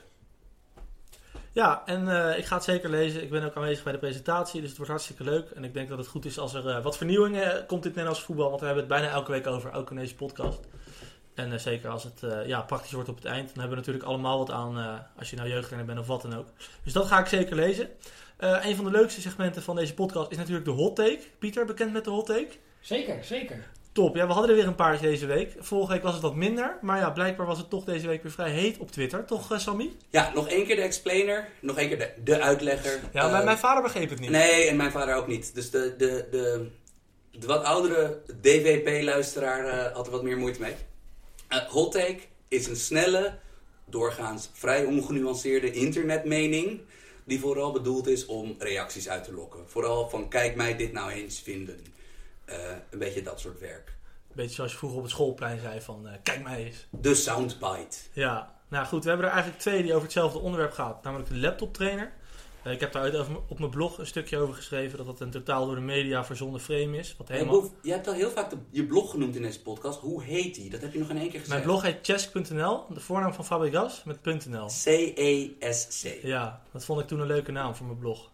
Ja, en uh, ik ga het zeker lezen. Ik ben ook aanwezig bij de presentatie, dus het wordt hartstikke leuk. En ik denk dat het goed is als er uh, wat vernieuwingen komt in het Nederlands voetbal, want we hebben het bijna elke week over, ook in deze podcast. En uh, zeker als het uh, ja, praktisch wordt op het eind, dan hebben we natuurlijk allemaal wat aan uh, als je nou jeugdtrainer bent of wat dan ook. Dus dat ga ik zeker lezen. Uh, een van de leukste segmenten van deze podcast is natuurlijk de hot take. Pieter, bekend met de hot take? Zeker, zeker. Top, ja, we hadden er weer een paar deze week. Vorige week was het wat minder, maar ja, blijkbaar was het toch deze week weer vrij heet op Twitter. Toch, uh, Sammy? Ja, nog één keer de explainer, nog één keer de, de uitlegger. Ja, uh, mijn vader begreep het niet. Nee, en mijn vader ook niet. Dus de, de, de, de wat oudere D W P-luisteraar uh, had er wat meer moeite mee. Uh, hot take is een snelle, doorgaans vrij ongenuanceerde internetmening die vooral bedoeld is om reacties uit te lokken. Vooral van kijk mij dit nou eens vinden. Uh, een beetje dat soort werk. Een beetje zoals je vroeger op het schoolplein zei van uh, kijk mij eens. De soundbite. Ja, nou goed, we hebben er eigenlijk twee die over hetzelfde onderwerp gaan. Namelijk de laptoptrainer. Uh, ik heb daar over, op mijn blog een stukje over geschreven dat dat een totaal door de media verzonnen frame is. Wat helemaal... Boef, je hebt al heel vaak de, je blog genoemd in deze podcast. Hoe heet die? Dat heb je nog in één keer gezegd. Mijn blog heet chess punt n l, de voornaam van Fabregas met .nl. C E S C. Ja, dat vond ik toen een leuke naam voor mijn blog.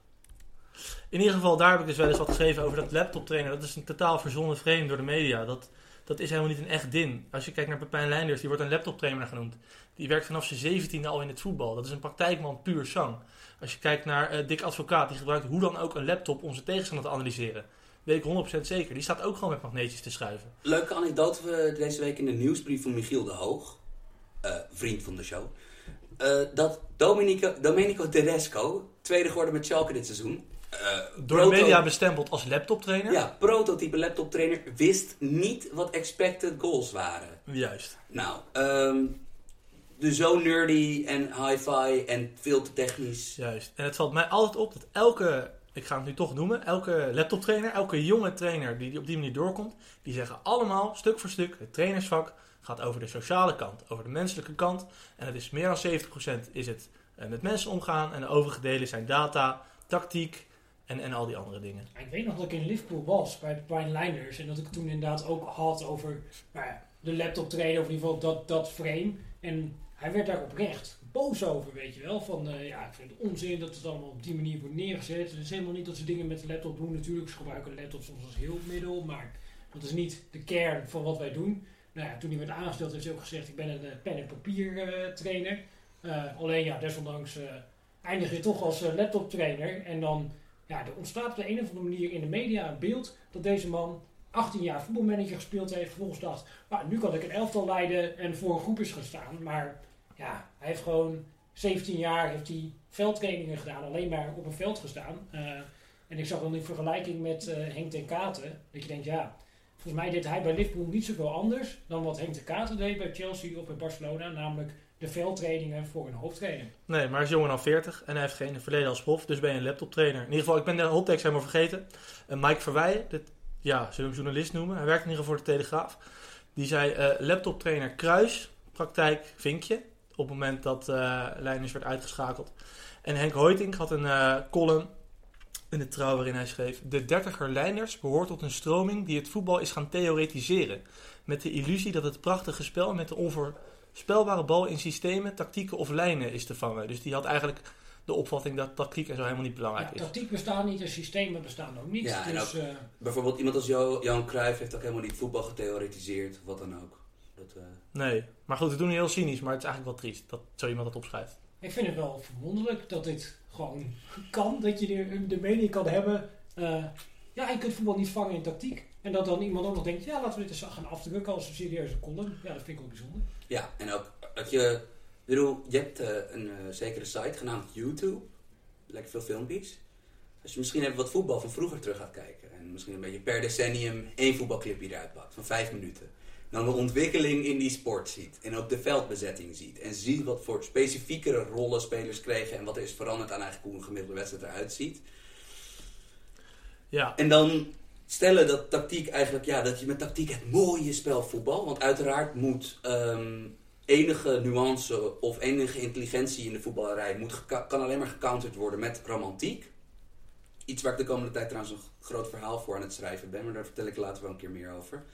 In ieder geval, daar heb ik dus wel eens wat geschreven over dat laptoptrainer. Dat is een totaal verzonnen frame door de media. Dat, dat is helemaal niet een echt ding. Als je kijkt naar Pepijn Leinders, die wordt een laptoptrainer genoemd. Die werkt vanaf zijn zeventiende al in het voetbal. Dat is een praktijkman puur sang. Als je kijkt naar uh, Dick Advocaat, die gebruikt hoe dan ook een laptop om zijn tegenstander te analyseren. Weet ik honderd procent zeker. Die staat ook gewoon met magneetjes te schuiven. Leuke anekdote deze week in de nieuwsbrief van Michiel de Hoog. Uh, vriend van de show. Uh, dat Domenico, Domenico Tedesco, tweede geworden met Schalke dit seizoen. Uh, Door proto- de media bestempeld als laptoptrainer. Ja, prototype laptoptrainer wist niet wat expected goals waren. Juist. Nou, um, dus zo nerdy en hi-fi en veel te technisch. Juist. En het valt mij altijd op dat elke, ik ga het nu toch noemen, elke laptoptrainer, elke jonge trainer die op die manier doorkomt, die zeggen allemaal stuk voor stuk, het trainersvak gaat over de sociale kant, over de menselijke kant. En het is meer dan zeventig procent is het met mensen omgaan en de overige delen zijn data, tactiek en, en al die andere dingen. Ik weet nog dat ik in Liverpool was bij Pepijn Leinders en dat ik toen inderdaad ook had over nou ja, de laptop trainer, of in ieder geval dat, dat frame. En hij werd daar oprecht boos over, weet je wel. Van uh, ja, ik vind het onzin dat het allemaal op die manier wordt neergezet. Het is helemaal niet dat ze dingen met de laptop doen. Natuurlijk, ze gebruiken de laptop soms als hulpmiddel, maar dat is niet de kern van wat wij doen. Nou ja, toen hij werd aangesteld heeft hij ook gezegd, ik ben een uh, pen- en papier uh, trainer. Uh, alleen ja, desondanks uh, eindig je toch als uh, laptop trainer. En dan ja, er ontstaat op de een of andere manier in de media een beeld dat deze man achttien jaar voetbalmanager gespeeld heeft. Vervolgens dacht, ah, nu kan ik een elftal leiden en voor een groep is gestaan. Maar ja, hij heeft gewoon zeventien jaar heeft hij veldtrainingen gedaan, alleen maar op een veld gestaan. Uh, en ik zag dan in vergelijking met uh, Henk ten Katen, dat je denkt, ja, volgens mij deed hij bij Liverpool niet zoveel anders dan wat Henk ten Katen deed bij Chelsea of bij Barcelona, namelijk de veldtrainingen voor een hoofdtrainer. Nee, maar hij is jonger dan veertig en hij heeft geen verleden als prof, dus ben je een laptoptrainer. In ieder geval, ik ben de hot takes helemaal vergeten. Uh, Mike Verweijen, dit, ja, zullen we hem journalist noemen, hij werkt in ieder geval voor de Telegraaf. Die zei, uh, laptoptrainer Kruis, praktijk vinkje, op het moment dat uh, Leinders werd uitgeschakeld. En Henk Hoytink had een uh, column in de Trouw waarin hij schreef, de dertiger Leinders behoort tot een stroming die het voetbal is gaan theoretiseren. Met de illusie dat het prachtige spel met de onvoorspelbare bal in systemen, tactieken of lijnen is te vangen. Dus die had eigenlijk de opvatting dat tactiek en zo helemaal niet belangrijk ja, is. Tactiek bestaat niet en systemen bestaan ook niet. Ja, en dus, ook, uh, bijvoorbeeld iemand als jo- Johan Cruijff heeft ook helemaal niet voetbal getheoretiseerd, of wat dan ook. Dat, uh... Nee, maar goed, we doen nu heel cynisch, maar het is eigenlijk wel triest dat zo iemand dat opschrijft. Ik vind het wel verwonderlijk dat dit gewoon kan, dat je de, de mening kan hebben, uh, ja, je kunt voetbal niet vangen in tactiek. En dat dan iemand ook nog denkt, ja, laten we dit eens gaan afdrukken als een serieuze column. Ja, dat vind ik wel bijzonder. Ja, en ook dat je, ik bedoel, je hebt uh, een uh, zekere site genaamd YouTube, lekker veel filmpjes. Als je misschien even wat voetbal van vroeger terug gaat kijken en misschien een beetje per decennium één voetbalclipje eruit pakt van vijf minuten. Dan de ontwikkeling in die sport ziet en ook de veldbezetting ziet en ziet wat voor specifiekere rollen spelers kregen en wat er is veranderd aan eigenlijk hoe een gemiddelde wedstrijd eruit ziet. Ja. En dan stellen dat tactiek eigenlijk, ja, dat je met tactiek het mooie spel voetbal, want uiteraard moet um, enige nuance of enige intelligentie in de voetballerij moet geka- kan alleen maar gecounterd worden met romantiek. Iets waar ik de komende tijd trouwens een groot verhaal voor aan het schrijven ben, maar daar vertel ik later wel een keer meer over.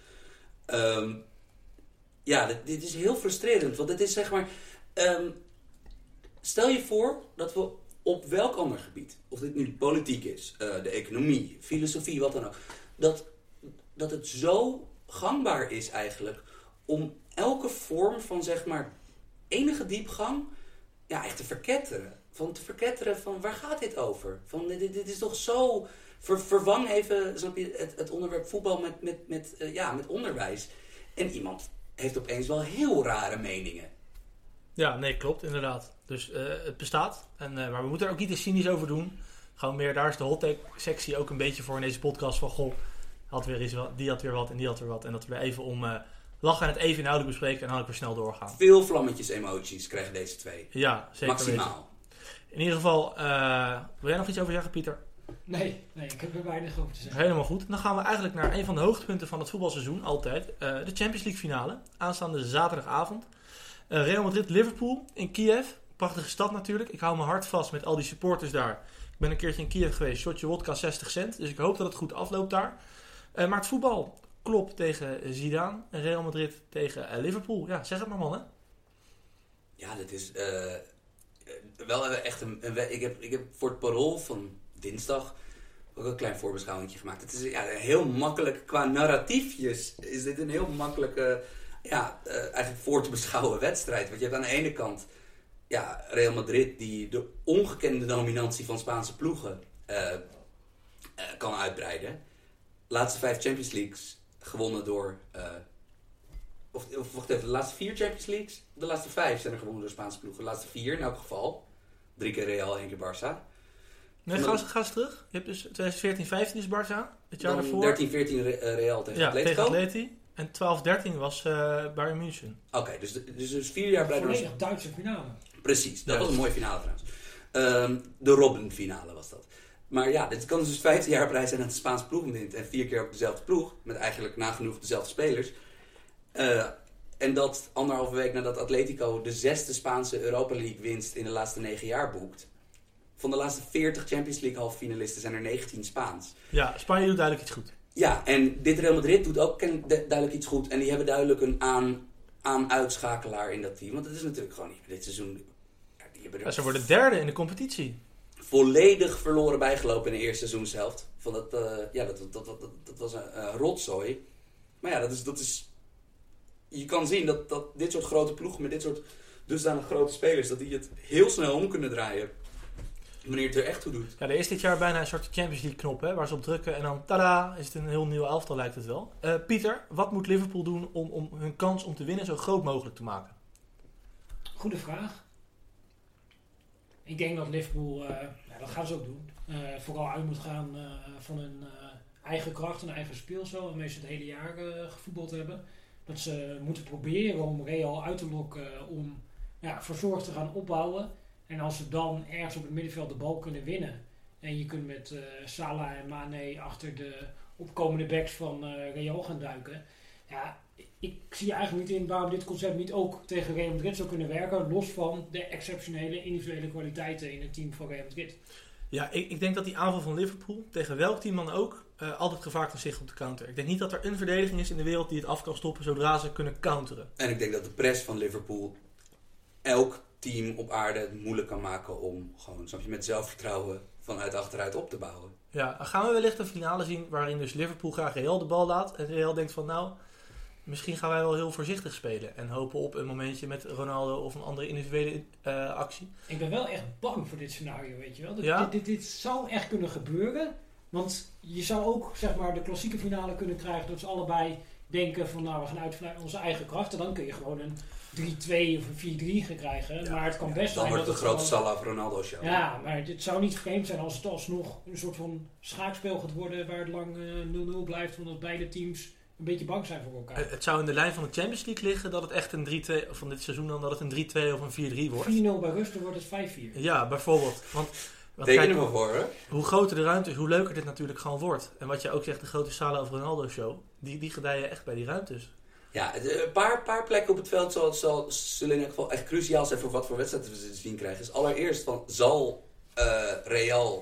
Um, ja, dit, dit is heel frustrerend, want het is zeg maar, um, stel je voor dat we op welk ander gebied, of dit nu politiek is, uh, de economie, filosofie, wat dan ook, dat, dat het zo gangbaar is eigenlijk om elke vorm van zeg maar enige diepgang ja, echt te verketteren. Van te verketteren van waar gaat dit over? Van dit, dit is toch zo. Ver, vervang even snap je, het, het onderwerp voetbal met, met, met, uh, ja, met onderwijs. En iemand heeft opeens wel heel rare meningen. Ja, nee, klopt, inderdaad. Dus uh, het bestaat. En, uh, maar we moeten er ook niet te cynisch over doen. Gewoon meer, daar is de hot take sectie ook een beetje voor in deze podcast. Van goh, had weer iets, die had weer wat en die had weer wat. En dat we er even om uh, lachen en het even inhoudelijk bespreken en dan ook weer snel doorgaan. Veel vlammetjes emoties krijgen deze twee. Ja, zeker. Maximaal. Weten. In ieder geval, uh, wil jij nog iets over zeggen, Pieter? Nee, nee, ik heb er weinig over te zeggen. Helemaal goed. Dan gaan we eigenlijk naar een van de hoogtepunten van het voetbalseizoen, altijd. Uh, de Champions League finale, aanstaande zaterdagavond. Uh, Real Madrid-Liverpool in Kiev. Prachtige stad natuurlijk. Ik hou mijn hart vast met al die supporters daar. Ik ben een keertje in Kiev geweest, shotje wodka zestig cent. Dus ik hoop dat het goed afloopt daar. Uh, maar het voetbal, Klopp tegen Zidane en Real Madrid tegen uh, Liverpool. Ja, zeg het maar man, hè. Ja, dit is uh, wel echt een... een ik, heb, ik heb voor het Parool van dinsdag ook een klein voorbeschouwingje gemaakt. Het is ja, heel makkelijk, qua narratiefjes is dit een heel makkelijke, ja, uh, eigenlijk voor te beschouwen wedstrijd. Want je hebt aan de ene kant ja, Real Madrid die de ongekende dominantie van Spaanse ploegen uh, uh, kan uitbreiden. Laatste vijf Champions Leagues gewonnen door... Uh, of, of wacht even, de laatste vier Champions Leagues? De laatste vijf zijn er gewonnen door Spaanse ploegen. De laatste vier in elk geval. Drie keer Real, één keer Barça. Nee, ga eens, ga eens terug. Je hebt dus twintig veertien vijftien is Barça. Het jaar Dan daarvoor. dertien veertien Real tegen ja, Atletico. tegen Atleti. En twaalf dertien was uh, Bayern München. Oké, okay, dus, dus, dus vier jaar bij de... Volledig Duitse finale. Precies, dat ja, was een mooie finale trouwens. Um, de Robben-finale was dat. Maar ja, dit kan dus vijftien jaar prijs zijn dat de Spaanse ploeg wint. En vier keer ook dezelfde ploeg. Met eigenlijk nagenoeg dezelfde spelers. Uh, en dat anderhalve week nadat Atletico de zesde Spaanse Europa League winst in de laatste negen jaar boekt. Van de laatste veertig Champions League halve finalisten zijn er negentien Spaans. Ja, Spanje doet duidelijk iets goed. Ja, en dit Real Madrid doet ook duidelijk iets goed. En die hebben duidelijk een aan, aan-uitschakelaar in dat team. Want het is natuurlijk gewoon niet dit seizoen... Ja, die hebben er ja, ze worden derde in de competitie. Volledig verloren bijgelopen in de eerste seizoenshelft. Van dat, uh, ja, dat, dat, dat, dat, dat was een uh, rotzooi. Maar ja, dat is, dat is... Je kan zien dat, dat dit soort grote ploegen met dit soort dusdanig grote spelers... dat die het heel snel om kunnen draaien. Wanneer het er echt toe doet. Ja, er is dit jaar bijna een soort Champions League knop, hè, waar ze op drukken. En dan, tada, is het een heel nieuw elftal, lijkt het wel. Uh, Pieter, wat moet Liverpool doen om, om hun kans om te winnen zo groot mogelijk te maken? Goede vraag. Ik denk dat Liverpool, uh, ja, dat gaan ze ook doen, uh, vooral uit moet gaan uh, van hun uh, eigen kracht en eigen speelstijl, waarmee ze het hele jaar uh, gevoetbald hebben. Dat ze moeten proberen om Real uit te lokken, uh, om ja, verzorgd te gaan opbouwen. En als ze dan ergens op het middenveld de bal kunnen winnen, en je kunt met uh, Salah en Mane achter de opkomende backs van uh, Real gaan duiken. Ja, ik zie eigenlijk niet in waarom dit concept niet ook tegen Real Madrid zou kunnen werken, los van de exceptionele individuele kwaliteiten in het team van Real Madrid. Ja, ik, ik denk dat die aanval van Liverpool, tegen welk team dan ook, uh, altijd gevaar kan zich op de counter. Ik denk niet dat er een verdediging is in de wereld die het af kan stoppen zodra ze kunnen counteren. En ik denk dat de press van Liverpool elk team op aarde het moeilijk kan maken om gewoon, snap je, met zelfvertrouwen vanuit achteruit op te bouwen. Ja, gaan we wellicht een finale zien waarin dus Liverpool graag Real de bal laat en Real denkt van nou, misschien gaan wij wel heel voorzichtig spelen. En hopen op een momentje met Ronaldo of een andere individuele uh, actie. Ik ben wel echt bang voor dit scenario, weet je wel. Dit, Ja? dit, dit, dit zou echt kunnen gebeuren. Want je zou ook, zeg maar, de klassieke finale kunnen krijgen dat ze allebei denken van, nou, we gaan uit vanuit onze eigen krachten. Dan kun je gewoon een drie twee of een vier drie gaan krijgen. Ja, maar het kan ja, best dan zijn wordt dat het een grote gewoon- Salah of Ronaldo show. Ja, maar het zou niet vreemd zijn als het alsnog een soort van schaakspel gaat worden waar het lang eh, nul nul blijft, omdat beide teams een beetje bang zijn voor elkaar. Uh, het zou in de lijn van de Champions League liggen dat het echt een drie twee, van dit seizoen dan, dat het een drie twee of een vier drie wordt. vier nul bij rust, dan wordt het vijf vier. Ja, bijvoorbeeld. Want, want Teken kijk, er wel voor, hè? hoe groter de ruimte is, hoe leuker dit natuurlijk gewoon wordt. En wat je ook zegt, de grote Salah of Ronaldo show, die, die gedijen echt bij die ruimtes. Ja, het- een paar, paar plekken op het veld zal, zal, zullen in ieder geval echt cruciaal zijn voor wat voor wedstrijden we te zien krijgen. Dus allereerst, van, zal uh, Real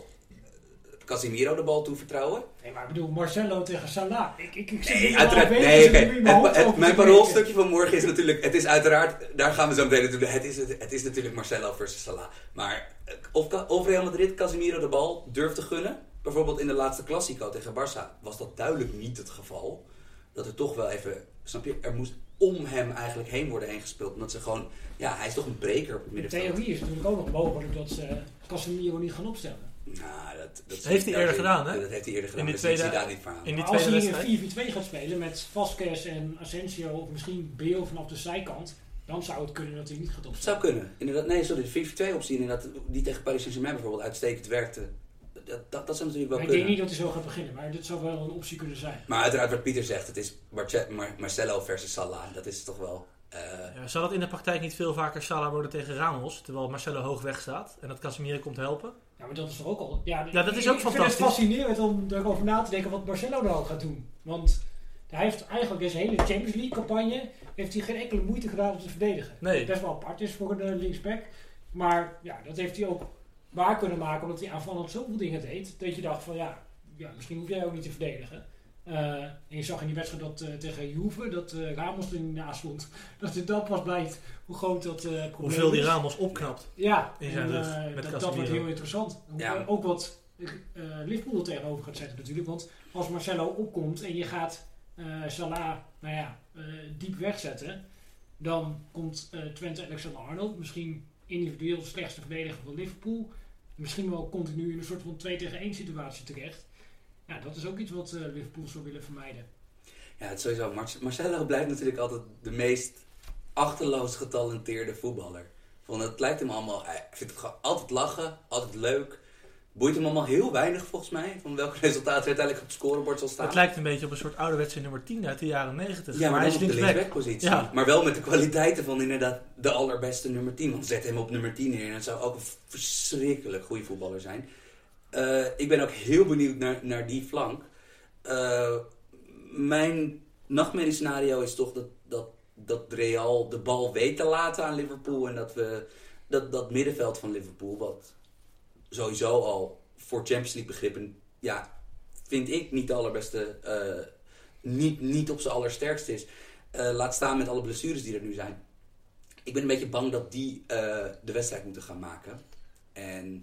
Casemiro de bal toevertrouwen? Nee, maar ik bedoel, Marcelo tegen Salah. Ik, ik, ik zit Nee, nu uiteraard. al weken, Nee, zit oké. ik nu in mijn Het- hoofd het- over Mijn te denken. paroolstukje van morgen is natuurlijk, het is uiteraard, daar gaan we zo meteen naartoe. Het is, het is natuurlijk Marcelo versus Salah. Maar uh, of, Ca- of Real Madrid Casemiro de bal durft te gunnen, bijvoorbeeld in de laatste Clasico tegen Barça, was dat duidelijk niet het geval. Dat er toch wel even, snap je, er moest om hem eigenlijk heen worden heen gespeeld. Omdat ze gewoon, ja, hij is toch een breker op het In middenveld. theorie is het natuurlijk ook nog mogelijk dat ze Casemiro niet gaan opstellen. Nou, dat, dat, heeft hij daar eerder zie- gedaan, hè? Dat heeft hij eerder gedaan. In die dat zie- tweede- zie daar niet van aan. in die Maar als tweede hij een wedstrijd. vier vier twee gaat spelen met Vasquez en Asensio of misschien Bale vanaf de zijkant, dan zou het kunnen dat hij niet gaat Het opstellen. zou kunnen. Inderdaad, nee, sorry, de vier vier twee optie inderdaad, die tegen Paris Saint-Germain bijvoorbeeld uitstekend werkte. Dat, dat, dat zou natuurlijk wel Maar ik kunnen. denk niet dat hij zo gaat beginnen, maar dit zou wel een optie kunnen zijn. Maar uiteraard wat Pieter zegt, het is Marce- Mar- Marcelo versus Salah. Dat is toch wel... eh, Ja, zal dat in de praktijk niet veel vaker Salah worden tegen Ramos, terwijl Marcelo hoog weg staat en dat Casemiro komt helpen? Ja, maar dat is toch ook al... Ja, Ja, dat is ik- ook Ik vind fantastisch. het fascinerend om erover na te denken wat Marcelo nou gaat doen. Want hij heeft eigenlijk deze hele Champions League campagne heeft hij geen enkele moeite gedaan om te verdedigen. Nee. Wat best wel apart is voor een uh, linksback. Maar ja, dat heeft hij ook waar kunnen maken omdat hij aanvallend zoveel dingen deed. Dat je dacht van ja, ja misschien hoef jij ook niet te verdedigen. Uh, en je zag in die wedstrijd dat uh, tegen Juve, dat uh, Ramos er naast stond. Dat het dan pas blijkt hoe groot dat uh, probleem Hoeveel die is. Ramos opknapt. Ja, in zijn en, rug uh, met dat, dat Casemiro. wordt heel interessant. Hoe, Ja. uh, ook wat uh, Liverpool er tegenover gaat zetten natuurlijk. Want als Marcelo opkomt en je gaat uh, Salah nou ja, uh, diep wegzetten, dan komt uh, Trent Alexander-Arnold misschien individueel de slechtste verdediger van Liverpool. Misschien wel continu in een soort van twee tegen één situatie terecht. Ja, dat is ook iets wat uh, Liverpool zou willen vermijden. ja, het is sowieso. Mar- Marcelo blijft natuurlijk altijd de meest achterloos getalenteerde voetballer. Want het lijkt hem allemaal... Hij vindt het gewoon altijd lachen, altijd leuk. Boeit hem allemaal heel weinig volgens mij. Van welk resultaat er uiteindelijk op het scorebord zal staan. Het lijkt een beetje op een soort ouderwetse nummer tien uit de jaren negentig. Ja, maar, hij dan is op de linksback. linksbackpositie. Ja. Maar wel met de kwaliteiten van inderdaad de allerbeste nummer tien. Want zet hem op nummer tien neer en het zou ook een verschrikkelijk goede voetballer zijn. Uh, ik ben ook heel benieuwd naar, naar die flank. Uh, mijn nachtmerriescenario is toch dat, dat, dat Real de bal weet te laten aan Liverpool. En dat we dat, dat middenveld van Liverpool, wat sowieso al voor Champions League begrippen, ja, vind ik niet de allerbeste, uh, niet, niet op zijn allersterkste is. Uh, laat staan met alle blessures die er nu zijn. Ik ben een beetje bang dat die uh, de wedstrijd moeten gaan maken. En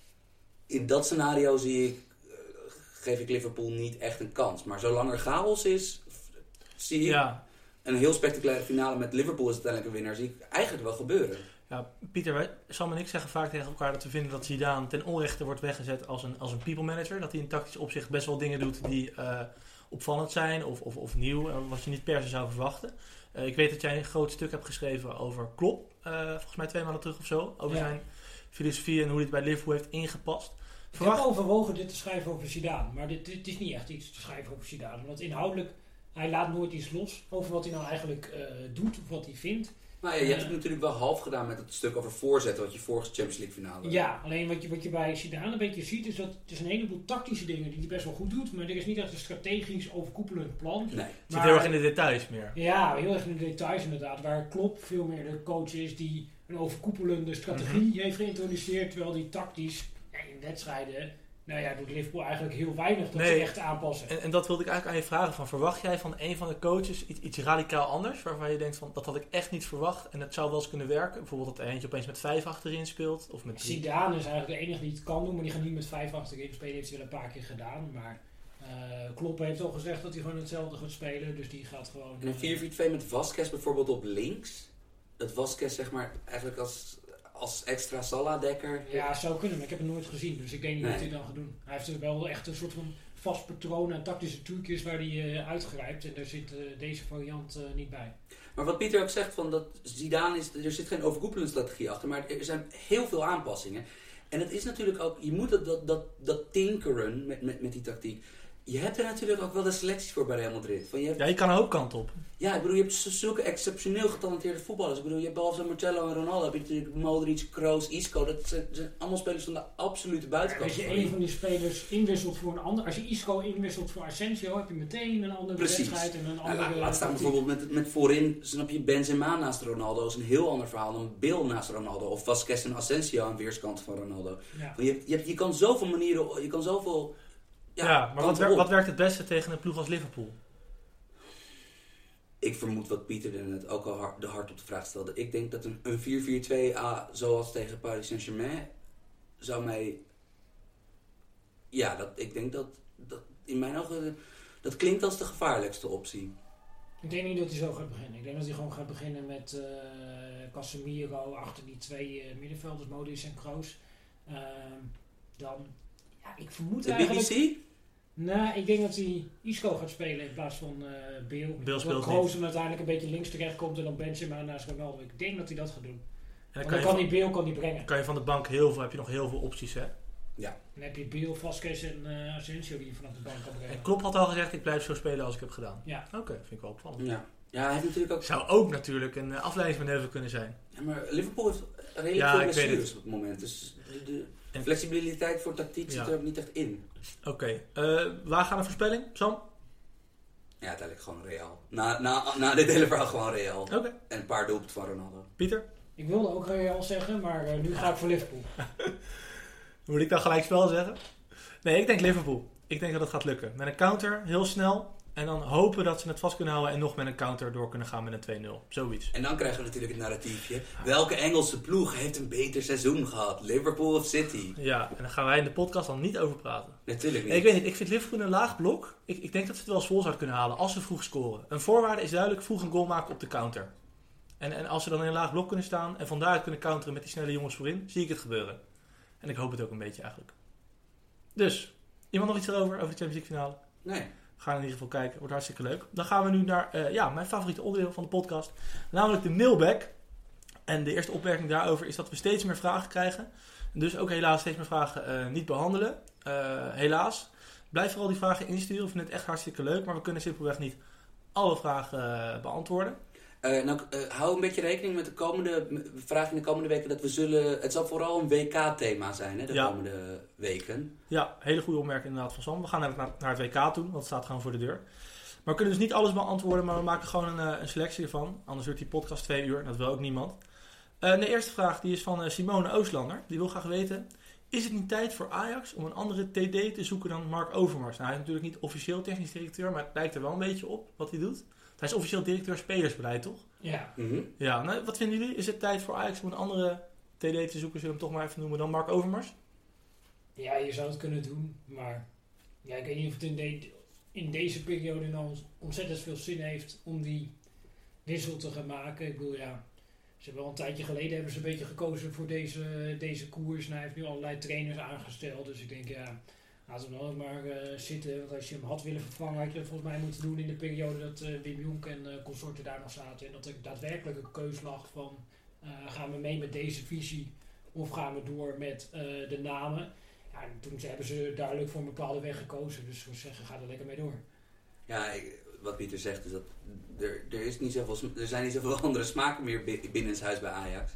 in dat scenario zie ik, uh, geef ik Liverpool niet echt een kans. Maar zolang er chaos is, zie ik Ja. een heel spectaculaire finale met Liverpool is uiteindelijk een winnaar. Zie ik eigenlijk wel gebeuren. Ja, Pieter, wij, Sam en ik zeggen vaak tegen elkaar dat we vinden dat Zidane ten onrechte wordt weggezet als een, als een people manager. Dat hij in tactisch opzicht best wel dingen doet die uh, opvallend zijn of, of, of nieuw, uh, wat je niet per se zou verwachten. Uh, ik weet dat jij een groot stuk hebt geschreven over Klopp, uh, volgens mij twee maanden terug of zo. Over Ja. zijn filosofie en hoe hij het bij Liverpool heeft ingepast. Ik Verwacht... heb overwogen dit te schrijven over Zidane, maar dit, dit is niet echt iets te schrijven over Zidane. Want inhoudelijk, hij laat nooit iets los over wat hij nou eigenlijk uh, doet of wat hij vindt. Nou ja, je hebt het natuurlijk wel half gedaan met het stuk over voorzetten wat je vorige Champions League finale. Ja, alleen wat je, wat je bij Zidane een beetje ziet is dat het is een heleboel tactische dingen die hij best wel goed doet, maar er is niet echt een strategisch overkoepelend plan. Nee. Het zit heel erg in de details meer. Ja, heel erg in de details inderdaad, waar Klopp veel meer de coach is die een overkoepelende strategie Mm-hmm. heeft geïntroduceerd, terwijl die tactisch ja, in wedstrijden, nou ja, doet Liverpool eigenlijk heel weinig dat Nee. ze echt aanpassen. En, en dat wilde ik eigenlijk aan je vragen. Van, verwacht jij van een van de coaches iets, iets radicaal anders? Waarvan je denkt van dat had ik echt niet verwacht. En het zou wel eens kunnen werken. Bijvoorbeeld dat er eentje opeens met vijf achterin speelt. Of met drie. Zidane is eigenlijk de enige die het kan doen, maar die gaat niet met vijf achterin spelen. Heeft hij wel een paar keer gedaan. Maar Uh, Klopp heeft al gezegd dat hij gewoon hetzelfde gaat spelen. Dus die gaat gewoon... En een vier vier twee met Vasquez bijvoorbeeld op links. Dat Vasquez zeg maar eigenlijk als, als extra Salah-dekker. Ja, zou kunnen, maar ik heb het nooit gezien. Dus ik denk niet nee. wat hij dan gaat doen. Hij heeft er wel echt een soort van vast patroon en tactische trucjes waar hij uh, uitgrijpt. En daar zit uh, deze variant uh, niet bij. Maar wat Pieter ook zegt, van dat Zidane is, er zit geen overkoepelende strategie achter. Maar er zijn heel veel aanpassingen. En het is natuurlijk ook, je moet dat, dat, dat, dat tinkeren met, met, met die tactiek. Je hebt er natuurlijk ook wel de selecties voor bij Real Madrid. Van je hebt, ja, je kan een hoop kant op. Ja, ik bedoel, je hebt zulke exceptioneel getalenteerde voetballers. Ik bedoel, je hebt behalve Marcelo en Ronaldo, heb je natuurlijk Modric, Kroos, Isco. Dat zijn, zijn allemaal spelers van de absolute buitenkant. Als je een van die spelers inwisselt voor een ander, als je Isco inwisselt voor Asensio, heb je meteen een andere Precies. wedstrijd en een andere... Ja, laat staan bijvoorbeeld met, met voorin, snap je, Benzema naast Ronaldo is een heel ander verhaal dan Bale naast Ronaldo. Of Vasquez en Asensio aan weerskanten van Ronaldo. Ja. Je, hebt, je, hebt, je kan zoveel manieren, je kan zoveel... Ja, ja, maar wat, wer- wat werkt het beste tegen een ploeg als Liverpool? Ik vermoed wat Pieter er net ook al hard, de hard op de vraag stelde. Ik denk dat een, een vier vier twee A zoals tegen Paris Saint-Germain zou mij... Ja, dat, ik denk dat, dat in mijn ogen... Dat klinkt als de gevaarlijkste optie. Ik denk niet dat hij zo gaat beginnen. Ik denk dat hij gewoon gaat beginnen met uh, Casemiro achter die twee uh, middenvelders, Modric en Kroos. Uh, dan... Ja, ik vermoed de eigenlijk... B B C? Nou, ik denk dat hij Isco gaat spelen in plaats van uh, Bale. Bale speelt Kroos hem uiteindelijk een beetje links terecht komt en dan Benzema naast Ronaldo. Ik denk dat hij dat gaat doen. En dan, dan kan, hij Bale kan die brengen. Kan je van de bank heel veel, heb je nog heel veel opties, hè? Ja. Dan heb je Bale, Vasquez en uh, Asensio die je vanaf de bank kan brengen. En Klopp had al gezegd, ik blijf zo spelen als ik heb gedaan. Ja. Oké, okay, vind ik wel opvallend. Ja. Ja, hij heeft natuurlijk ook... Zou ook natuurlijk een uh, afleidingsmanoeuvre kunnen zijn. Ja, maar Liverpool heeft redelijk ja, veel blessures op het moment. Dus de, de en... flexibiliteit voor tactiek ja. zit er ook niet echt in. Oké, okay. uh, waar gaan een voorspelling, Sam? Ja, uiteindelijk gewoon Real. Na, na, na dit hele verhaal gewoon Real. Oké. Okay. En een paar doelpunten van Ronaldo. Pieter? Ik wilde ook Real zeggen, maar uh, nu ga ik voor Liverpool. Moet ik dan gelijk spel zeggen? Nee, ik denk Liverpool. Ik denk dat het gaat lukken. Met een counter, heel snel. En dan hopen dat ze het vast kunnen houden en nog met een counter door kunnen gaan met een twee nul. Zoiets. En dan krijgen we natuurlijk het narratiefje. Welke Engelse ploeg heeft een beter seizoen gehad? Liverpool of City? Ja, en daar gaan wij in de podcast dan niet over praten. Natuurlijk niet. Nee, ik weet niet, ik vind Liverpool een laag blok. Ik, ik denk dat ze het wel eens vol zouden kunnen halen als ze vroeg scoren. Een voorwaarde is duidelijk vroeg een goal maken op de counter. En, en als ze dan in een laag blok kunnen staan en van daaruit kunnen counteren met die snelle jongens voorin, zie ik het gebeuren. En ik hoop het ook een beetje eigenlijk. Dus, iemand nog iets erover, over de Champions League finale? Nee. We gaan in ieder geval kijken. Wordt hartstikke leuk. Dan gaan we nu naar uh, ja, mijn favoriete onderdeel van de podcast. Namelijk de mailback. En de eerste opmerking daarover is dat we steeds meer vragen krijgen. En dus ook helaas steeds meer vragen uh, niet behandelen. Uh, helaas. Blijf vooral die vragen insturen. We vinden het echt hartstikke leuk. Maar we kunnen simpelweg niet alle vragen uh, beantwoorden. Uh, nou, uh, hou een beetje rekening met de komende vragen in de komende weken. Dat we zullen. Het zal vooral een W K-thema zijn, hè, de ja. komende weken. Ja, hele goede opmerking inderdaad van Sam. We gaan naar, naar het W K toe, want het staat gewoon voor de deur. Maar we kunnen dus niet alles beantwoorden, maar we maken gewoon een, een selectie ervan. Anders duurt die podcast twee uur en dat wil ook niemand. Uh, de eerste vraag die is van uh, Simone Ooslander. Die wil graag weten: is het niet tijd voor Ajax om een andere T D te zoeken dan Mark Overmars? Nou, hij is natuurlijk niet officieel technisch directeur, maar het lijkt er wel een beetje op wat hij doet. Hij is officieel directeur spelersbeleid, toch? Ja. Mm-hmm. Ja, nou, wat vinden jullie? Is het tijd voor Ajax om een andere T D te zoeken, zullen we hem toch maar even noemen, dan Mark Overmars? Ja, je zou het kunnen doen, maar ja, ik weet niet of het in, de, in deze periode nou ontzettend veel zin heeft om die wissel te gaan maken. Ik bedoel, ja, ze hebben al een tijdje geleden hebben ze een beetje gekozen voor deze, deze koers. En hij heeft nu allerlei trainers aangesteld, dus ik denk, ja, laat hem dan ook maar uh, zitten. Want als je hem had willen vervangen, had je dat volgens mij moeten doen in de periode dat uh, Wim Jonk en uh, consorten daar nog zaten. En dat er daadwerkelijk een keus lag van, uh, gaan we mee met deze visie of gaan we door met uh, de namen. Ja, en toen hebben ze duidelijk voor een bepaalde weg gekozen. Dus we zeggen, ga er lekker mee door. Ja, ik, wat Pieter zegt is dat er, er, is niet zoveel, er zijn niet zoveel andere smaken meer binnenshuis bij Ajax.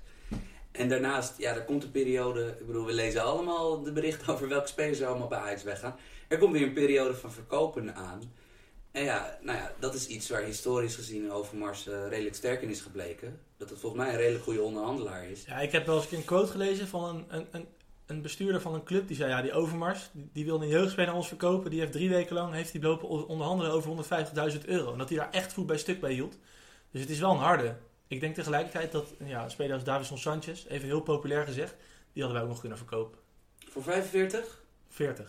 En daarnaast, ja, er komt een periode, ik bedoel, we lezen allemaal de berichten over welke spelers er allemaal bij Ajax weggaan. Er komt weer een periode van verkopen aan. En ja, nou ja, dat is iets waar historisch gezien Overmars uh, redelijk sterk in is gebleken. Dat het volgens mij een redelijk goede onderhandelaar is. Ja, ik heb wel eens een quote gelezen van een, een, een, een bestuurder van een club die zei, ja, die Overmars, die, die wilde een jeugdspeler aan ons verkopen. Die heeft drie weken lang heeft die lopen onderhandelen over honderdvijftigduizend euro. En dat hij daar echt voet bij stuk bij hield. Dus het is wel een harde. Ik denk tegelijkertijd dat ja, een speler als Davinson Sanchez, even heel populair gezegd, die hadden wij ook nog kunnen verkopen. Voor vijfenveertig? veertig.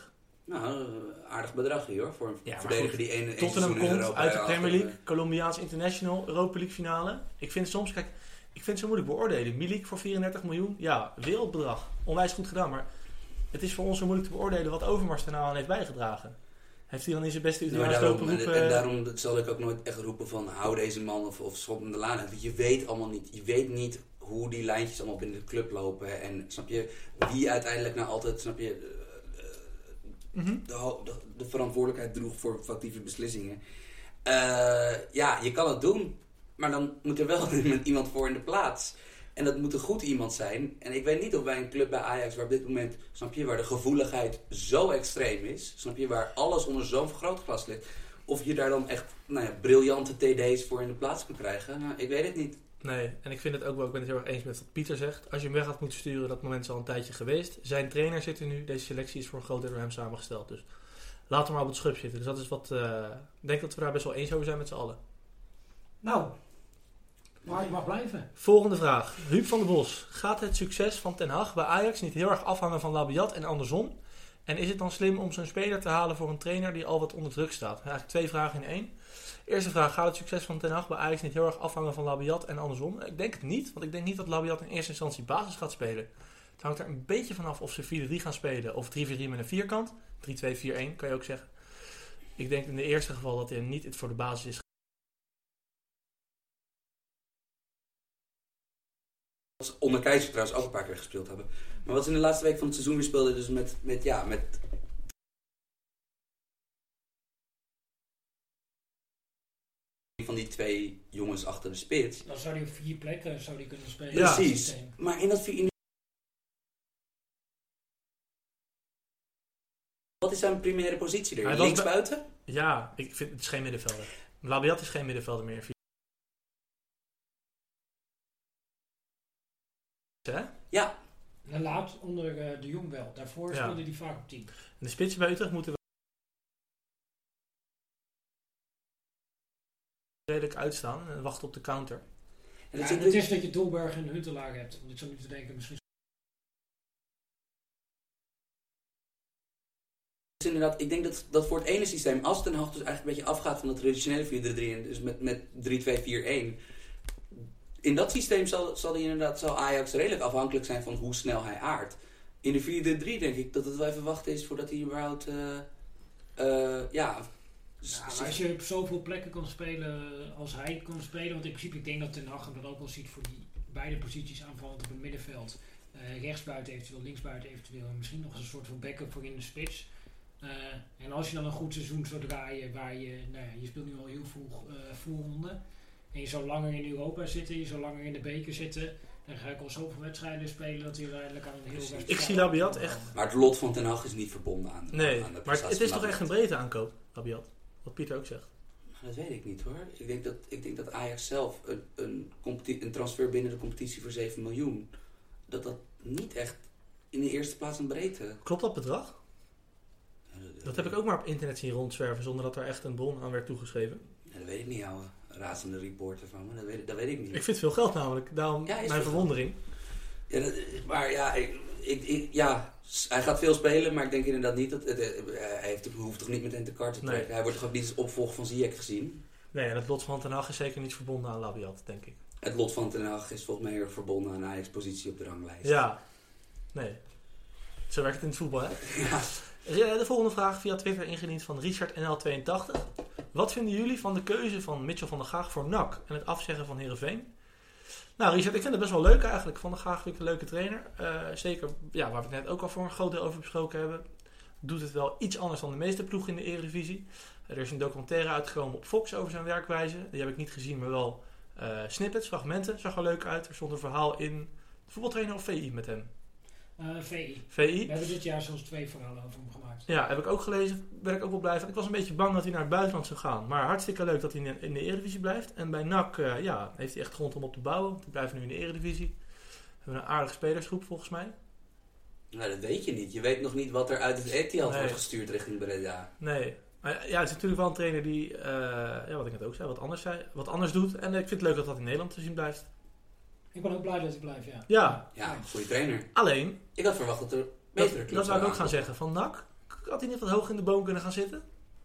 Nou, aardig bedrag hier hoor. Voor een Ja, verdediger goed, die één, één Tottenham seizoen in komt Europa uit de achter- Premier League, Colombiaans International, Europa League finale. Ik vind soms, kijk, ik vind het zo moeilijk beoordelen. Milik voor vierendertig miljoen, ja, wereldbedrag. Onwijs goed gedaan, maar het is voor ons zo moeilijk te beoordelen wat Overmars er nou aan heeft bijgedragen. Heeft hij dan in zijn beste Ja, Utrecht maar lopen daarom, en, roepen? en daarom zal ik ook nooit echt roepen van hou deze man of, of schop hem de laan uit. Want je weet allemaal niet. Je weet niet hoe die lijntjes allemaal binnen de club lopen. En snap je, wie uiteindelijk nou altijd, snap je, uh, uh, Mm-hmm. de, ho- de, de verantwoordelijkheid droeg voor foutieve beslissingen. Uh, ja, je kan het doen. Maar dan moet er wel iemand voor in de plaats. En dat moet een goed iemand zijn. En ik weet niet of bij een club bij Ajax, waar op dit moment, snap je, waar de gevoeligheid zo extreem is, snap je, waar alles onder zo'n vergrootglas ligt, of je daar dan echt, nou ja, briljante T D's voor in de plaats kan krijgen. Nou, ik weet het niet. Nee, en ik vind het ook wel, ik ben het heel erg eens met wat Pieter zegt. Als je hem weg had moeten sturen, dat moment is al een tijdje geweest. Zijn trainer zit er nu, deze selectie is voor een groot deel door hem samengesteld. Dus laat hem maar op het schub zitten. Dus dat is wat, uh, ik denk dat we daar best wel eens over zijn met z'n allen. Nou, maar je mag blijven. Volgende vraag. Huub van der Bos. Gaat het succes van Ten Hag bij Ajax niet heel erg afhangen van Labiat en andersom? En is het dan slim om zo'n speler te halen voor een trainer die al wat onder druk staat? Eigenlijk twee vragen in één. Eerste vraag. Gaat het succes van Ten Hag bij Ajax niet heel erg afhangen van Labiat en andersom? Ik denk het niet. Want ik denk niet dat Labiat in eerste instantie basis gaat spelen. Het hangt er een beetje vanaf of ze vier drie gaan spelen of drie vier drie met een vierkant. drie twee vier een kan je ook zeggen. Ik denk in de eerste geval dat hij niet voor de basis is. Onder Keizer trouwens ook een paar keer gespeeld hebben. Maar wat ze in de laatste week van het seizoen weer speelden, dus met, met ja, met van die twee jongens achter de spits. Dan zou hij op vier plekken zou die kunnen spelen. Ja. Precies. Systeem. Maar in dat vier... In... Wat is zijn primaire positie er? Hij was Links bij- buiten? Ja, ik vind het is geen middenvelder. Labiat is geen middenvelder meer. Hè? Ja. En laat onder uh, de Jong wel. Daarvoor Ja. speelde hij vaak op tien. En de spitsen bij Utrecht moeten wel redelijk uitstaan en wachten op de counter. En Ja, dat en is het is dat je Dolberg en Huntelaar hebt. Want ik zou nu te denken, misschien... Dus inderdaad, ik denk dat, dat voor het ene systeem, als Ten Hag dus eigenlijk een beetje afgaat van het traditionele vier drie drie, dus met, met drie twee vier een, in dat systeem zal, zal, die inderdaad, zal Ajax redelijk afhankelijk zijn van hoe snel hij aardt. In de vier drie drie denk ik dat het wel even wachten is voordat hij überhaupt, uh, uh, ja... Ja, maar als je op zoveel plekken kan spelen als hij kan spelen, want in principe ik denk dat Ten Hag hem dat ook wel ziet voor die beide posities aanvallend op het middenveld. Uh, rechtsbuiten eventueel, linksbuiten eventueel en misschien nog een soort van backup voor in de spits. Uh, en als je dan een goed seizoen zou draaien waar je, nou ja, je speelt nu al heel vroeg uh, voorronde en je zou langer in Europa zitten, je zou langer in de beker zitten, dan ga ik al zoveel wedstrijden spelen dat hij uiteindelijk aan een heel... Ik zie Labiat echt... Maar het lot van Ten Hag is niet verbonden aan, Nee, aan de maar het, het is toch echt een breedte aankoop, Labiat? Wat Pieter ook zegt. Dat weet ik niet hoor. Ik denk dat, ik denk dat Ajax zelf een, een, competi- een transfer binnen de competitie voor zeven miljoen, dat dat niet echt in de eerste plaats een breedte. Klopt dat bedrag? Dat heb ik ook maar op internet zien rondzwerven zonder dat er echt een bron aan werd toegeschreven. Ja, dat weet ik niet, ouwe. Razende reporter van me. Dat weet, dat weet ik niet. Ik vind het veel geld namelijk. Daarom Ja, is mijn veel verwondering. Ja, dat, maar ja, ik, ik, ik- ja, hij gaat veel spelen, maar ik denk inderdaad niet dat... Het, hij heeft, hoeft toch niet meteen te karten te Nee. trekken. Hij wordt toch ook niet als opvolger van Ziyech gezien? Nee, en het lot van Ten Hag is zeker niet verbonden aan Labiat, denk ik. Het lot van Ten Hag is volgens mij heel erg verbonden aan Ajax' positie op de ranglijst. Ja. Nee. Zo werkt het in het voetbal, hè? Ja. De volgende vraag via Twitter ingediend van Richard N L tweeëntachtig. Wat vinden jullie van de keuze van Mitchell van der Gaag voor N A C en het afzeggen van Heerenveen? Nou Richard, ik vind het best wel leuk eigenlijk. Van der Gaag vind ik een leuke trainer. Uh, zeker, ja, waar we het net ook al voor een groot deel over besproken hebben. Doet het wel iets anders dan de meeste ploegen in de Eredivisie. Uh, er is een documentaire uitgekomen op Fox over zijn werkwijze. Die heb ik niet gezien, maar wel uh, snippets, fragmenten. Zag er leuk uit. Er stond een verhaal in voetbaltrainer of V I met hem. Uh, V I. V I. We hebben dit jaar zelfs twee verhalen over hem gemaakt. Ja, heb ik ook gelezen. Ben ik ook wel blij van. Ik was een beetje bang dat hij naar het buitenland zou gaan. Maar hartstikke leuk dat hij in de Eredivisie blijft. En bij N A C uh, ja, heeft hij echt grond om op te bouwen. Want hij blijft nu in de Eredivisie. We hebben een aardige spelersgroep volgens mij. Nou, dat weet je niet. Je weet nog niet wat er uit het Etihad Nee. wordt gestuurd richting Breda. Nee. Maar ja, het is natuurlijk wel een trainer die, uh, ja, wat ik net ook zei, wat anders, zei, wat anders doet. En ik vind het leuk dat dat in Nederland te zien blijft. Ik ben ook blij dat hij blijft, ja. Ja. Ja, goede trainer. Alleen, Ik had verwacht dat er dat, betere clubs dat zou ik ook waren. gaan zeggen. Van N A C had hij niet wat hoog in de boom kunnen gaan zitten?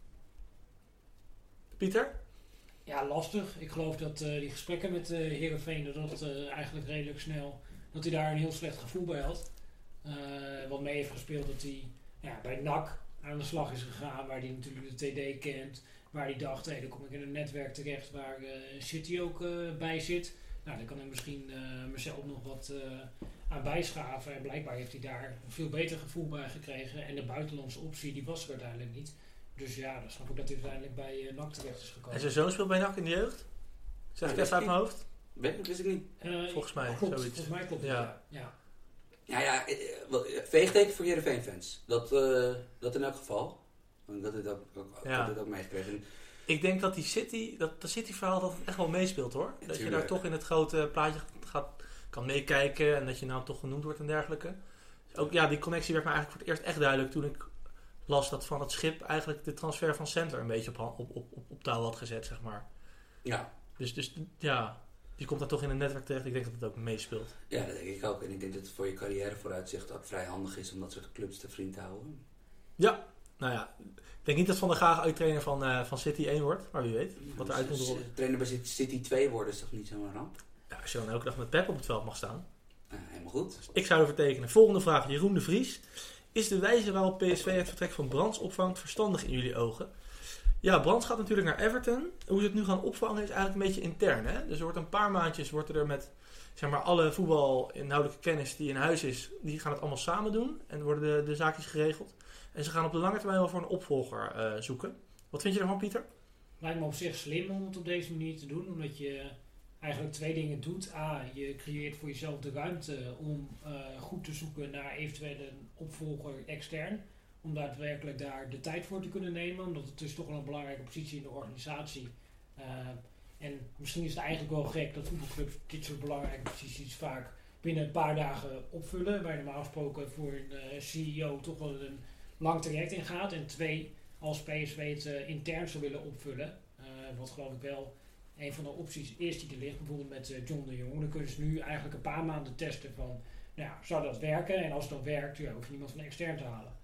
Pieter? Ja, lastig. Ik geloof dat uh, die gesprekken met uh, Heerenveen, dat dat uh, eigenlijk redelijk snel, dat hij daar een heel slecht gevoel bij had. Uh, wat mee heeft gespeeld dat hij ja, bij N A C aan de slag is gegaan, waar hij natuurlijk de T D kent. Waar hij dacht, hey, dan kom ik in een netwerk terecht waar uh, City ook uh, bij zit. Nou, dan kan ik misschien uh, mezelf nog wat uh, aan bijschaven. En blijkbaar heeft hij daar een veel beter gevoel bij gekregen. En de buitenlandse optie, die was er uiteindelijk niet. Dus ja, dan snap ik dat hij uiteindelijk bij uh, N A C terecht is gekomen. En zijn zoon speelt bij N A C in de jeugd? Zeg ik Ja, even uit mijn hoofd? Weet ik, wist ik niet. Uh, Volgens mij, klopt, zoiets. Volgens mij klopt het, Ja. ja. ja. Ja, ja, eh, wat- eh, veegteken voor Heerenveen-fans. Dat, eh, dat in elk geval. Want Dat heb ik ook, ook, Ja. dat heb ik ook meegekregen. Ik denk dat die City, dat de City-verhaal dat het echt wel meespeelt hoor. Ja, dat je tuurlijk. daar toch in het grote plaatje gaat, kan meekijken en dat je nou toch genoemd wordt en dergelijke. Dus ook ja, die connectie werd me eigenlijk voor het eerst echt duidelijk toen ik las dat Van het Schip eigenlijk de transfer van Center een beetje op, hand- op, op, op, op touw had gezet, zeg maar. Ja. Dus, dus ja, die komt daar toch in een netwerk terecht. Ik denk dat het ook meespeelt. ja, dat denk ik ook. En ik denk dat het voor je carrière vooruitzicht ook vrij handig is om dat soort clubs te vriend te houden. Ja, nou ja, ik denk niet dat Van der Gaag uittrainer van, uh, van City één wordt, maar wie weet wat eruit komt rollen. Trainer bij City twee worden is toch niet zo'n ramp? Ja, als je dan elke dag met Pep op het veld mag staan. Ja, helemaal goed. Ik zou ervoor tekenen. Volgende vraag, Jeroen de Vries. Is de wijze waarop P S V het vertrek van Brands opvangt verstandig in jullie ogen? Ja, Brands gaat natuurlijk naar Everton. Hoe ze het nu gaan opvangen is eigenlijk een beetje intern. Hè? Dus er wordt een paar maandjes wordt er met zeg maar, alle voetbalinhoudelijke kennis die in huis is, die gaan het allemaal samen doen. En worden de, de zaakjes geregeld. En ze gaan op de lange termijn wel voor een opvolger uh, zoeken. Wat vind je ervan, Pieter? Lijkt me op zich slim om het op deze manier te doen, omdat je eigenlijk twee dingen doet. A, je creëert voor jezelf de ruimte om uh, goed te zoeken naar eventueel een opvolger extern. Om daadwerkelijk daar de tijd voor te kunnen nemen, omdat het is toch wel een belangrijke positie in de organisatie. Uh, en misschien is het eigenlijk wel gek dat voetbalclubs dit soort belangrijke posities vaak binnen een paar dagen opvullen. Waar je normaal gesproken voor een uh, C E O toch wel een lang traject in gaat. En twee, als P S V het uh, intern zou willen opvullen, uh, wat geloof ik wel een van de opties is die er ligt, bijvoorbeeld met uh, John de Jong, dan kunnen ze nu eigenlijk een paar maanden testen van, nou ja, zou dat werken? En als het dan werkt, ja, hoef je niemand van extern te halen.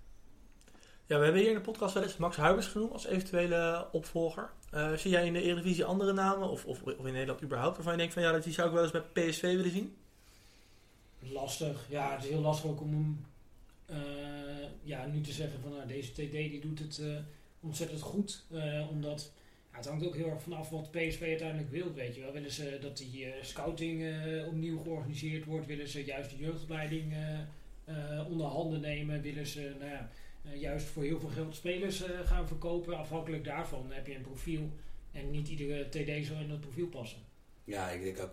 Ja, we hebben hier in de podcast wel eens Max Huibers genoemd als eventuele opvolger. Uh, zie jij in de Eredivisie andere namen, of, of, of in Nederland überhaupt, waarvan je denkt van ja, die zou ik wel eens bij P S V willen zien? Lastig, ja, het is heel lastig ook om hem uh, ja, nu te zeggen van nou, deze T D die doet het uh, ontzettend goed, uh, omdat ja, het hangt ook heel erg vanaf wat P S V uiteindelijk wil, weet je wel. Willen ze dat die uh, scouting uh, opnieuw georganiseerd wordt, willen ze juist de jeugdopleiding uh, uh, onder handen nemen, willen ze nou ja, uh, juist voor heel veel geld spelers uh, gaan verkopen. Afhankelijk daarvan heb je een profiel en niet iedere T D zou in dat profiel passen. Ja, ik denk ook.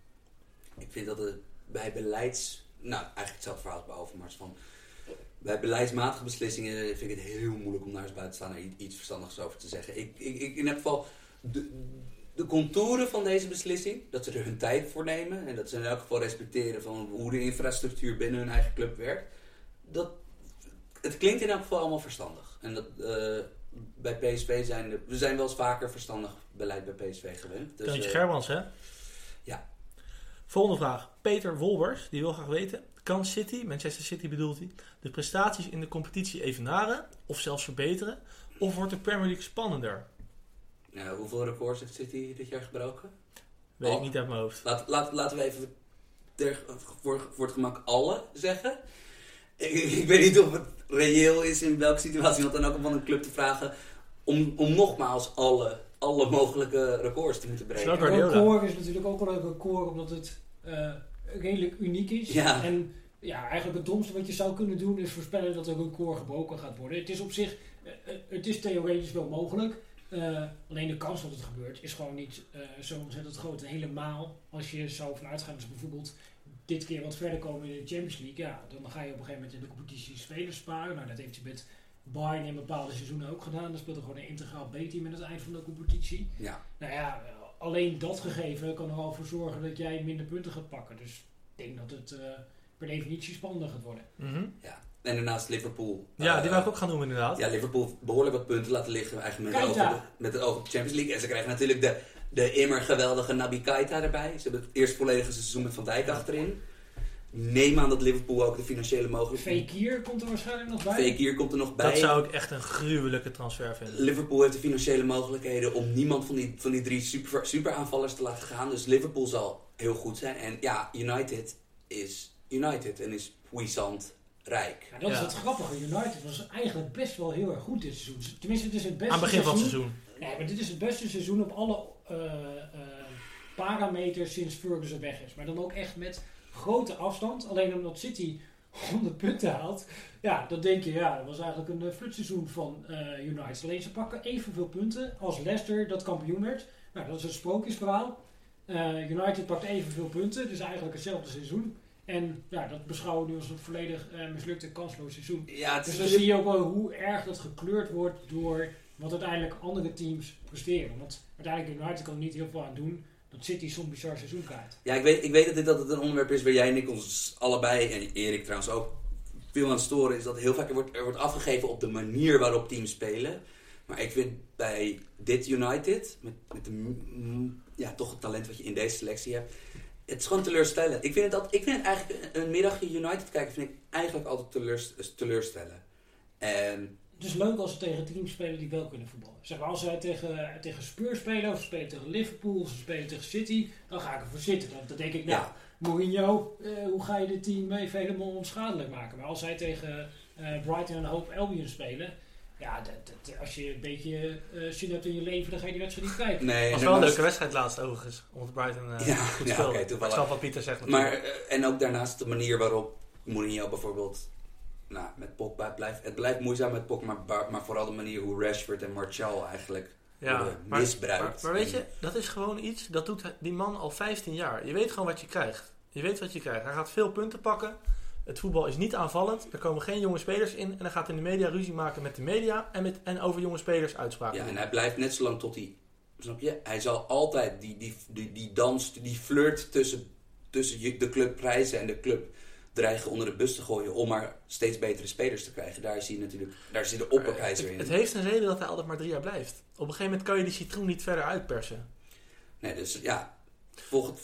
Ik vind dat het bij beleids... Nou, eigenlijk hetzelfde verhaal als bij Overmars. Van, bij beleidsmatige beslissingen vind ik het heel moeilijk om daar eens buiten te staan en iets verstandigs over te zeggen. Ik, ik, ik in elk geval, de, de contouren van deze beslissing, dat ze er hun tijd voor nemen en dat ze in elk geval respecteren van hoe de infrastructuur binnen hun eigen club werkt. Dat, het klinkt in elk geval allemaal verstandig. En dat, uh, bij P S V zijn de, we zijn wel eens vaker verstandig beleid bij P S V gewend. Dus, Teuntje uh, Germans, hè? Ja. Volgende vraag. Peter Wolbers, die wil graag weten, kan City, Manchester City bedoelt hij, de prestaties in de competitie evenaren of zelfs verbeteren? Of wordt de Premier League spannender? Nou, hoeveel records heeft City dit jaar gebroken? Weet Oh. ik niet uit mijn hoofd. Laat, laat, laten we even ter, voor, voor het gemak alle zeggen. Ik, ik weet niet of het reëel is in welke situatie, want dan ook om van een club te vragen om, om nogmaals alle, alle mogelijke records te moeten breken. Snap Een Guardiola. record is natuurlijk ook wel een record omdat het uh, redelijk uniek is. Ja. En ja, eigenlijk het domste wat je zou kunnen doen is voorspellen dat een record gebroken gaat worden. Het is op zich, uh, uh, het is theoretisch wel mogelijk. Uh, alleen de kans dat het gebeurt is gewoon niet uh, zo ontzettend groot. En helemaal als je zou vanuit gaan, dus bijvoorbeeld dit keer wat verder komen in de Champions League, ja, dan ga je op een gegeven moment in de competitie spelers sparen. Nou, dat heeft hij met Bayern in bepaalde seizoenen ook gedaan. Dan speelt er gewoon een integraal B-team aan het eind van de competitie. Ja. Nou ja, alleen dat gegeven kan er al voor zorgen dat jij minder punten gaat pakken. Dus ik denk dat het uh, per definitie spannender gaat worden. Mm-hmm. Ja. En daarnaast Liverpool. Ja, uh, die wou ik ook gaan noemen inderdaad. Ja, Liverpool behoorlijk wat punten laten liggen eigenlijk met het, Keita. oog op de, met het oog op de Champions League. En ze krijgen natuurlijk de, de immer geweldige Naby Keita erbij. Ze hebben het eerst volledige seizoen met Van Dijk achterin. neem aan dat Liverpool ook de financiële mogelijkheden... Fekir komt er waarschijnlijk nog bij. Fekir komt er nog bij. Dat zou ik echt een gruwelijke transfer vinden. Liverpool heeft de financiële mogelijkheden om niemand van die, van die drie super, super aanvallers te laten gaan. Dus Liverpool zal heel goed zijn. En ja, United is United en is puissant rijk. Ja, dat is Ja. het grappige. United was eigenlijk best wel heel erg goed dit seizoen. Tenminste, het is het beste Aan het begin van het seizoen. seizoen. Nee, maar dit is het beste seizoen op alle uh, uh, parameters sinds Ferguson weg is. Maar dan ook echt met grote afstand. Alleen omdat City honderd punten haalt. Ja, dan denk je, ja, dat was eigenlijk een uh, flutseizoen van uh, United. Alleen ze pakken evenveel punten als Leicester dat kampioen werd. Nou, dat is een sprookjesverhaal. Uh, United pakt evenveel punten. Dus eigenlijk hetzelfde seizoen. En ja, dat beschouwen we nu als een volledig uh, mislukte kansloos seizoen. Ja, het Dus is dan zie je ook wel hoe erg dat gekleurd wordt door wat uiteindelijk andere teams presteren. Want uiteindelijk United kan er niet heel veel aan doen dat City zo'n bizar seizoen krijgt. Ja, ik weet, ik weet dat dit altijd een onderwerp is waar jij en ik ons allebei, en Erik trouwens ook, veel aan storen. Is dat heel vaak er wordt, er wordt afgegeven op de manier waarop teams spelen. Maar ik vind bij dit United, met, met de, mm, ja, toch het talent wat je in deze selectie hebt, het is gewoon teleurstellend. Ik vind het, dat, ik vind het eigenlijk, een middagje United kijken vind ik eigenlijk altijd teleurst, teleurstellen. En Het is leuk als ze tegen teams spelen die wel kunnen voetballen. Zeg maar, als zij tegen, tegen Spurs spelen, of ze spelen tegen Liverpool, of ze spelen tegen City, dan ga ik ervoor zitten. Dan, dan denk ik, nou, ja, Mourinho, uh, hoe ga je dit team even helemaal onschadelijk maken? Maar als zij tegen uh, Brighton en Hope Albion spelen, ja, dat, dat, als je een beetje uh, zin hebt in je leven, dan ga je die wedstrijd niet kijken. nee. Het was en wel een daarnaast- leuke wedstrijd laatst overigens. Omdat Brighton uh, Ja, goed ja, speelde. oké, ik toevallig. snap wat Pieter zegt Maar, natuurlijk. eh, en ook daarnaast de manier waarop Mourinho bijvoorbeeld, nou, met Pogba blijft, het blijft moeizaam met Pogba, maar, maar vooral de manier hoe Rashford en Martial eigenlijk ja, worden maar, misbruikt. maar, maar weet En- je, dat is gewoon iets, dat doet die man al vijftien jaar. Je weet gewoon wat je krijgt. Je weet wat je krijgt. Hij gaat veel punten pakken. Het voetbal is niet aanvallend. Er komen geen jonge spelers in. En hij gaat in de media ruzie maken met de media. En, met, en over jonge spelers uitspraken Ja, doen. en hij blijft net zo lang tot hij, snap je, hij zal altijd die, die, die, die dans, die flirt tussen, tussen je- de clubprijzen en de club dreigen onder de bus te gooien om maar steeds betere spelers te krijgen. Daar zie je natuurlijk, daar zit de opperkeizer het, in. het heeft een reden dat hij altijd maar drie jaar blijft. Op een gegeven moment kan je die citroen niet verder uitpersen. Nee, dus ja, volgend,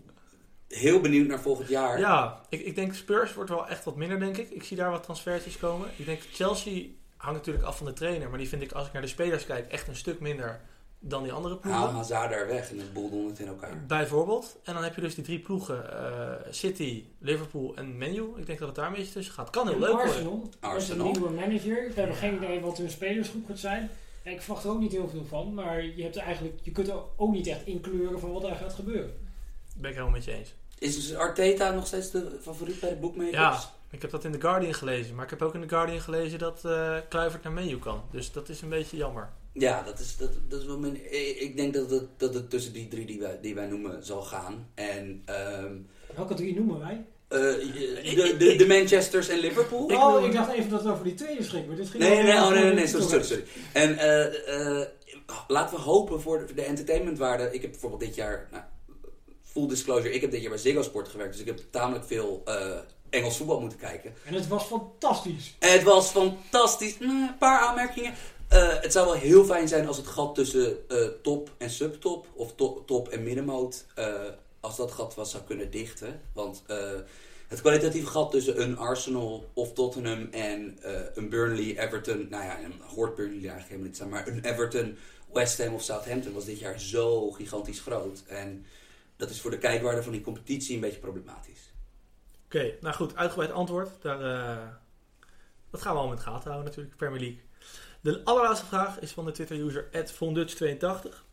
heel benieuwd naar volgend jaar. Ja, ik, ik denk Spurs wordt wel echt wat minder, denk ik. Ik zie daar wat transfertjes komen. Ik denk Chelsea hangt natuurlijk af van de trainer. Maar die vind ik, als ik naar de spelers kijk, echt een stuk minder dan die andere ploegen. Haal Hazard daar weg en het boel dondert in elkaar. Bijvoorbeeld. En dan heb je dus die drie ploegen. uh, City, Liverpool en Man U. Ik denk dat het daar een beetje tussen gaat. Kan heel En leuk worden. Arsenal, Arsenal. met een nieuwe manager. We hebben geen idee wat hun spelersgroep gaat zijn. En ik verwacht er ook niet heel veel van. Maar je, hebt er eigenlijk, je kunt er ook niet echt inkleuren van wat er gaat gebeuren. Ben ik helemaal met je eens. Is dus Arteta nog steeds de favoriet bij de bookmakers? Ja, ik heb dat in The Guardian gelezen. Maar ik heb ook in The Guardian gelezen dat uh, Kluivert naar Man U kan. Dus dat is een beetje jammer. Ja, dat is, dat, dat is wel mijn... Ik ik denk dat het, dat het tussen die drie die wij, die wij noemen zal gaan. En... Um, Welke drie noemen wij? Uh, de, de, de Manchesters en Liverpool. Ik oh, ik dacht even dat het over die tweede ging. Maar dit ging nee, nee, nee, oh, nee, nee, nee, nee, sorry, sorry, sorry. En uh, uh, laten we hopen voor de, de entertainmentwaarde. Ik heb bijvoorbeeld dit jaar... Nou, full disclosure, ik heb dit jaar bij Ziggo Sport gewerkt. Dus ik heb tamelijk veel uh, Engels voetbal moeten kijken. En het was fantastisch. Het was fantastisch. Een paar aanmerkingen. Uh, het zou wel heel fijn zijn als het gat tussen uh, top en subtop, of to- top en middenmoot, uh, als dat gat was zou kunnen dichten. Want uh, het kwalitatieve gat tussen een Arsenal of Tottenham en uh, een Burnley, Everton, nou ja, en hoort Burnley eigenlijk helemaal niet zijn, maar een Everton, West Ham of Southampton was dit jaar zo gigantisch groot. En dat is voor de kijkwaarde van die competitie een beetje problematisch. Oké, okay, nou goed, uitgebreid antwoord. Daar, uh, dat gaan we al met de gaten houden natuurlijk, Premier League. De allerlaatste vraag is van de Twitter-user at von dutch tweeëntachtig.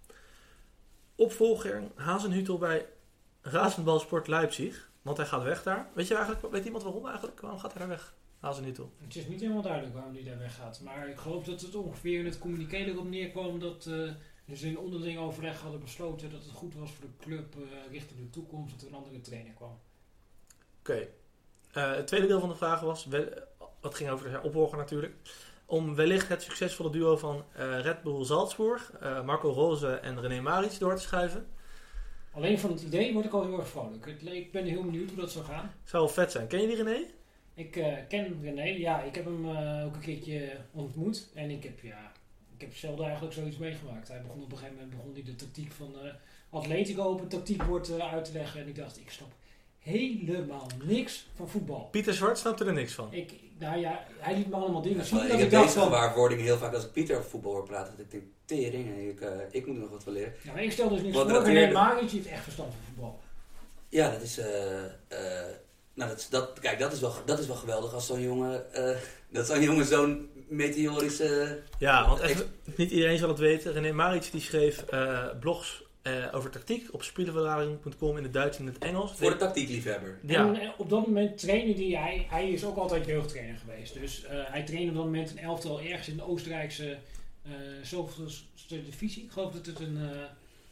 Opvolger Hasenhüttl bij Rasenballsport Leipzig. Want hij gaat weg daar. Weet je eigenlijk, weet iemand waarom eigenlijk? Waarom gaat hij daar weg, Hasenhüttl? Het is niet helemaal duidelijk waarom hij daar weg gaat. Maar ik geloof dat het ongeveer in het communiqué erop neerkwam dat uh, ze in onderling overleg hadden besloten dat het goed was voor de club uh, richting de toekomst dat er een andere trainer kwam. Oké. Okay. Uh, het tweede deel van de vraag was, wat ging over de opvolger natuurlijk, om wellicht het succesvolle duo van uh, Red Bull Salzburg, uh, Marco Rose en René Maric door te schuiven. Alleen van het idee word ik al heel erg vrolijk. Ik ben heel benieuwd hoe dat zou gaan. Zou wel vet zijn. Ken je die René? Ik uh, ken René, ja. Ik heb hem uh, ook een keertje ontmoet. En ik heb, ja, ik heb zelden eigenlijk zoiets meegemaakt. Hij begon op een gegeven moment begon hij de tactiek van uh, Atletico op een tactiekbord uh, uit te leggen. En ik dacht, ik snap helemaal niks van voetbal. Pieter Zwart snapte er niks van. Ik, nou ja, hij liet me allemaal dingen Ja, zien. ik dat heb ik dacht deze van, gewaarwording heel vaak als ik Pieter over voetbal hoor praten. Dat ik denk, tering, ik, uh, ik moet er nog wat van leren. ja, maar ik stel dus niks Wat voor. dateerde- René Maric heeft echt verstand van voetbal. Ja, dat is... Uh, uh, nou, dat, is- dat, kijk, dat is, wel, dat is wel geweldig als zo'n jongen... Uh, dat zo'n jongen zo'n meteorische... Ja, want even, niet iedereen zal het weten. René Maric die schreef uh, blogs uh, over tactiek op spielenverlading punt com in het Duits en in het Engels. Voor de tactiekliefhebber. Ja. En uh, op dat moment trainde hij, hij, hij is ook altijd jeugdtrainer geweest. Dus uh, hij trainde op dat moment een elftal ergens in de Oostenrijkse uh, zoveelste divisie. Ik geloof dat het een uh,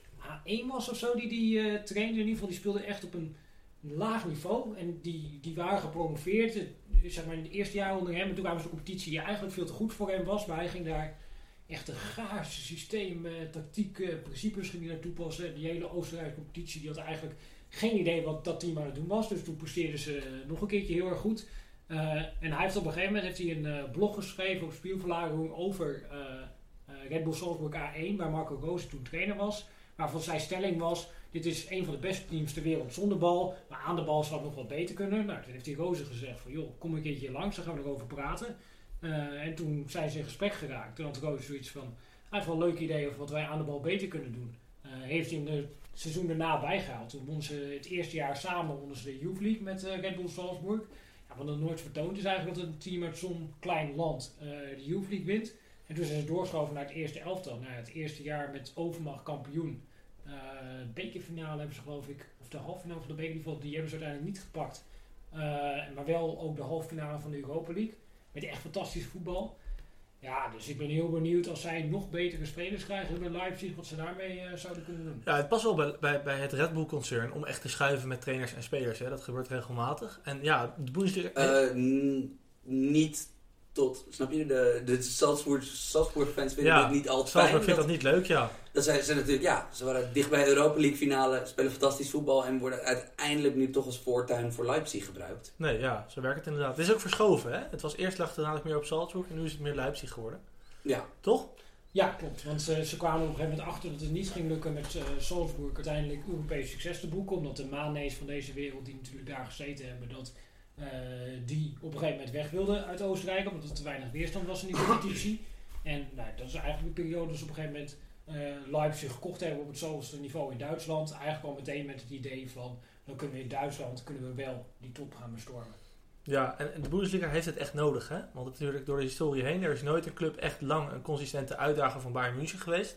A één was of zo die die uh, trainde. In ieder geval, die speelde echt op een laag niveau. En die, die waren gepromoveerd, uh, zeg maar in het eerste jaar onder hem. En toen kwamen ze een competitie die eigenlijk veel te goed voor hem was. Maar hij ging daar echt een gaarse systeem, uh, tactiek, uh, principes ging hij daar toepassen. Die hele Oostenrijkse competitie, die had eigenlijk geen idee wat dat team aan het doen was. Dus toen presteerden ze uh, nog een keertje heel erg goed. Uh, en hij heeft op een gegeven moment heeft hij een uh, blog geschreven op Spielverlagerung over uh, uh, Red Bull Salzburg A één, waar Marco Rose toen trainer was. Waarvan zijn stelling was, dit is een van de beste teams ter wereld zonder bal, maar aan de bal zou het nog wat beter kunnen. Nou, toen heeft hij Rose gezegd van, joh, kom een keertje langs, dan gaan we erover praten. Uh, en toen zijn ze in gesprek geraakt. Toen had Rose zoiets van, hij heeft wel een leuk idee over wat wij aan de bal beter kunnen doen. Uh, heeft hij hem de seizoen daarna bijgehaald. Toen won ze het eerste jaar samen wonnen ze de Youth League met uh, Red Bull Salzburg. Ja, wat er nooit vertoond is eigenlijk dat een team uit zo'n klein land uh, de Youth League wint. En toen zijn ze doorgeschoven naar het eerste elftal. Nou, het eerste jaar met overmacht kampioen. Uh, bekerfinale hebben ze geloof ik, of de halve finale van de beker, die hebben ze uiteindelijk niet gepakt. Uh, maar wel ook de halve finale van de Europa League. Met echt fantastisch voetbal. Ja, dus ik ben heel benieuwd als zij nog betere spelers krijgen bij Leipzig, wat ze daarmee uh, zouden kunnen doen. Ja, het past wel bij, bij, bij het Red Bull-concern om echt te schuiven met trainers en spelers. Hè. Dat gebeurt regelmatig. En ja, de Bundesliga... Uh, n- niet tot, snap je, de, de Salzburg, Salzburg fans vinden Ja, dit niet altijd Salzburg fijn. vindt dat niet leuk, ja. Dat zijn ze natuurlijk, ja, ze waren dicht bij de Europa League finale, spelen fantastisch voetbal en worden uiteindelijk nu toch als voortuin voor Leipzig gebruikt. Nee, ja, zo werkt het inderdaad. Het is ook verschoven, hè. Het was eerst lag het dadelijk meer op Salzburg en nu is het meer Leipzig geworden. Ja. Toch? Ja, klopt. Want ze, ze kwamen op een gegeven moment achter dat het niet ging lukken met uh, Salzburg uiteindelijk Europees succes te boeken. Omdat de Mane's van deze wereld, die natuurlijk daar gezeten hebben, dat uh, die op een gegeven moment weg wilden uit Oostenrijk. Omdat er te weinig weerstand was in die competitie. En nou, dat is eigenlijk de periode dat ze op een gegeven moment uh, Leipzig gekocht hebben op het zoveelste niveau in Duitsland. Eigenlijk al meteen met het idee van, dan kunnen we in Duitsland kunnen we wel die top gaan bestormen. Ja, en, en de Bundesliga heeft het echt nodig, hè. Want natuurlijk door de historie heen, er is nooit een club echt lang een consistente uitdager van Bayern München geweest.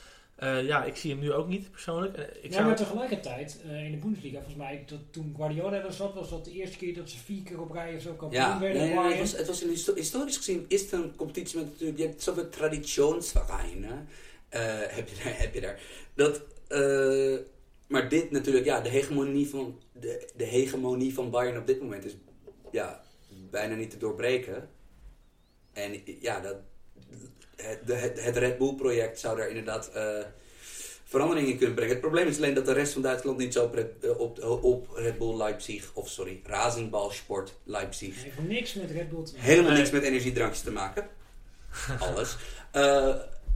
Uh, ja, ik zie hem nu ook niet persoonlijk. Uh, ik ja, zou... maar tegelijkertijd uh, in de Bundesliga, volgens mij, dat toen Guardiola er zat, was dat de eerste keer dat ze vier keer op rij of zo kampioen Ja, werden. nee, nee, nee, het was, het was een histo- historisch gezien is het een competitie met natuurlijk, je hebt zoveel traditionsvereinen, uh, heb, je daar, heb je daar. Dat, uh, maar dit natuurlijk, ja, de hegemonie van de, de hegemonie van Bayern op dit moment is, ja, bijna niet te doorbreken. En ja, dat, het, de, het Red Bull project zou daar inderdaad uh, verandering in kunnen brengen. Het probleem is alleen dat de rest van Duitsland niet zo op Red, op, op Red Bull Leipzig, of sorry, Rasenballsport Leipzig. Heeft niks met Red Bull te maken. Helemaal Nee. niks met energiedrankjes te maken. Alles. Uh,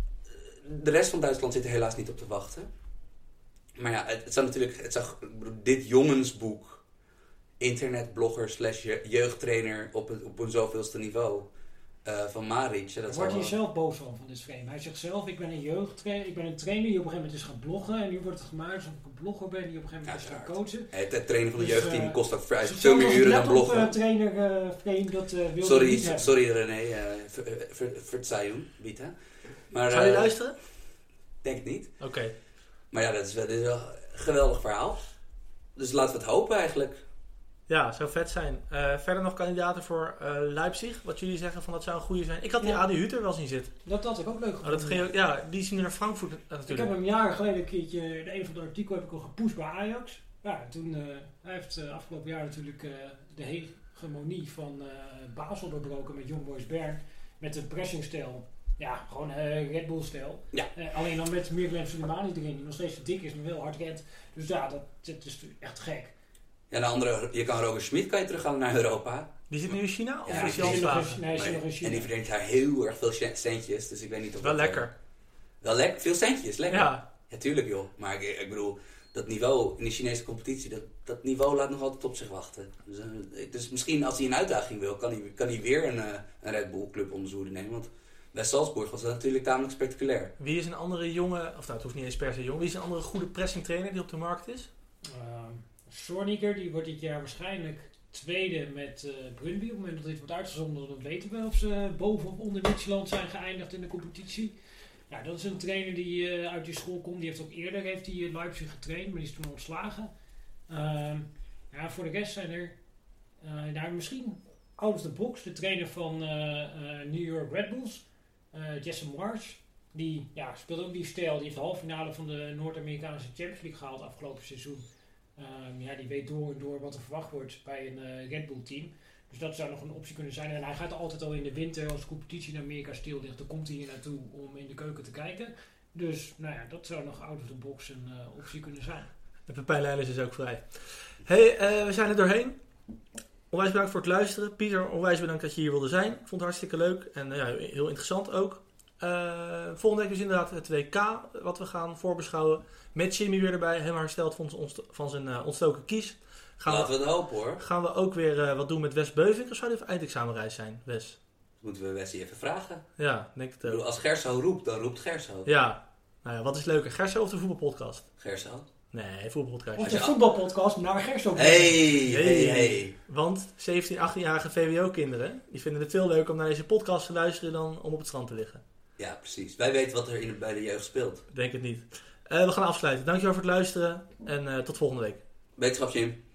de rest van Duitsland zit er helaas niet op te wachten. Maar ja, het, het zou natuurlijk, het zou, dit jongensboek, internetblogger slash je- jeugdtrainer op, het, op een zoveelste niveau uh, van Maric. Ja, dat Daar wordt zou hij wel- zelf boos van, van dit frame. Hij zegt zelf, ik ben een jeugdtrainer, ik ben een trainer die op een gegeven moment is gaan bloggen. En nu wordt het gemaakt alsof ik een blogger ben die op een gegeven moment Ja, is gaan uiteraard. coachen. Het, het trainen van een Dus, jeugdteam uh, kost ook vrij Zelfs veel meer als uren dan laptop, bloggen. Uh, trainer uh, frame, dat uh, wil hij Sorry, niet hebben. sorry René, uh, ver, ver, Verzeihung, bieten. Maar Zou je uh, luisteren? denk het niet. Oké. Okay. Maar ja, dat is wel, dit is wel een geweldig verhaal. Dus laten we het hopen eigenlijk. Ja, zou vet zijn. Uh, verder nog kandidaten voor uh, Leipzig. Wat jullie zeggen van dat zou een goede zijn. Ik had die Ja. Adi Hütter wel zien zitten. Dat had ik ook leuk Oh, gevonden. dat ging ook, ja, die is nu naar Frankfurt uh, Ik heb natuurlijk. hem jaren geleden een keertje, in een van de artikelen heb ik al gepusht bij Ajax. Ja, toen, uh, hij heeft uh, afgelopen jaar natuurlijk uh, de hegemonie van uh, Basel doorbroken met Young Boys Bern. Met de pressingstijl. Ja, gewoon uh, Red Bull stijl. Ja. Uh, alleen dan met Mirjam Sulemani erin, die nog steeds te dik is, maar wel hard rent. Dus ja, dat, dat is echt gek. Ja, de andere, je kan Roger Schmid kan je terughalen naar Europa. Die zit nu in China? Of Ja, is die hij al zit nog slaven? in- nee, hij zit nog in en China. die verdient daar heel erg veel centjes. Dus ik weet niet of Wel dat, uh, lekker. wel lekker. Veel centjes, lekker. Ja. Ja, tuurlijk joh. Maar ik, ik bedoel, dat niveau in de Chinese competitie, dat, dat niveau laat nog altijd op zich wachten. Dus, uh, dus misschien als hij een uitdaging wil, kan hij, kan hij weer een, uh, een Red Bull club onder zijn hoede nemen. Want bij Salzburg was dat natuurlijk tamelijk spectaculair. Wie is een andere jonge, of nou het hoeft niet eens per se jong, wie is een andere goede pressing trainer die op de markt is? Uh, Zorniger, die wordt dit jaar waarschijnlijk tweede met uh, Brøndby. Op het moment dat dit wordt uitgezonden, dan weten we of ze boven of onder Midtjylland zijn geëindigd in de competitie. Ja, dat is een trainer die uh, uit die school komt. Die heeft ook eerder heeft die Leipzig getraind, maar die is toen ontslagen. Uh, ja, voor de rest zijn er uh, nou, misschien out of the box. De trainer van uh, uh, New York Red Bulls, uh, Jesse Marsch. Die ja, speelt ook die stijl. Die heeft de halve finale van de Noord-Amerikaanse Champions League gehaald afgelopen seizoen. Um, ja, die weet door en door wat er verwacht wordt bij een uh, Red Bull team. Dus dat zou nog een optie kunnen zijn. En hij gaat altijd al in de winter, als de competitie in Amerika stil ligt, dan komt hij hier naartoe om in de keuken te kijken. Dus nou ja, dat zou nog out of the box een uh, optie kunnen zijn. De Pepijn Leijers is ook vrij. Hey, uh, we zijn er doorheen. Onwijs bedankt voor het luisteren. Pieter, onwijs bedankt dat je hier wilde zijn. Ik vond het hartstikke leuk en uh, ja, heel interessant ook. Uh, volgende week is inderdaad het W K wat we gaan voorbeschouwen. Met Jimmy weer erbij, helemaal hersteld van, ons, van zijn uh, ontstoken kies. Gaan Laten we, we het hopen hoor. Gaan we ook weer uh, wat doen met Wes Beuvink of zou die even eindexamenreis zijn, Wes? Moeten we Wes even vragen. Ja, denk het ook. Bedoel, als Gerso roept, dan roept Gerso. Ja, nou ja, wat is leuker, Gerso of de voetbalpodcast? Gerso. Nee, voetbalpodcast. Of de voetbalpodcast naar Gerso. Hey, hey, hey, hey. Want zeventien, achttienjarige V W O-kinderen, die vinden het veel leuker om naar deze podcast te luisteren dan om op het strand te liggen. Ja, precies. Wij weten wat er in, bij de jeugd speelt. Denk het niet. Uh, we gaan afsluiten. Dankjewel voor het luisteren en uh, tot volgende week. Wetenschap, Jim.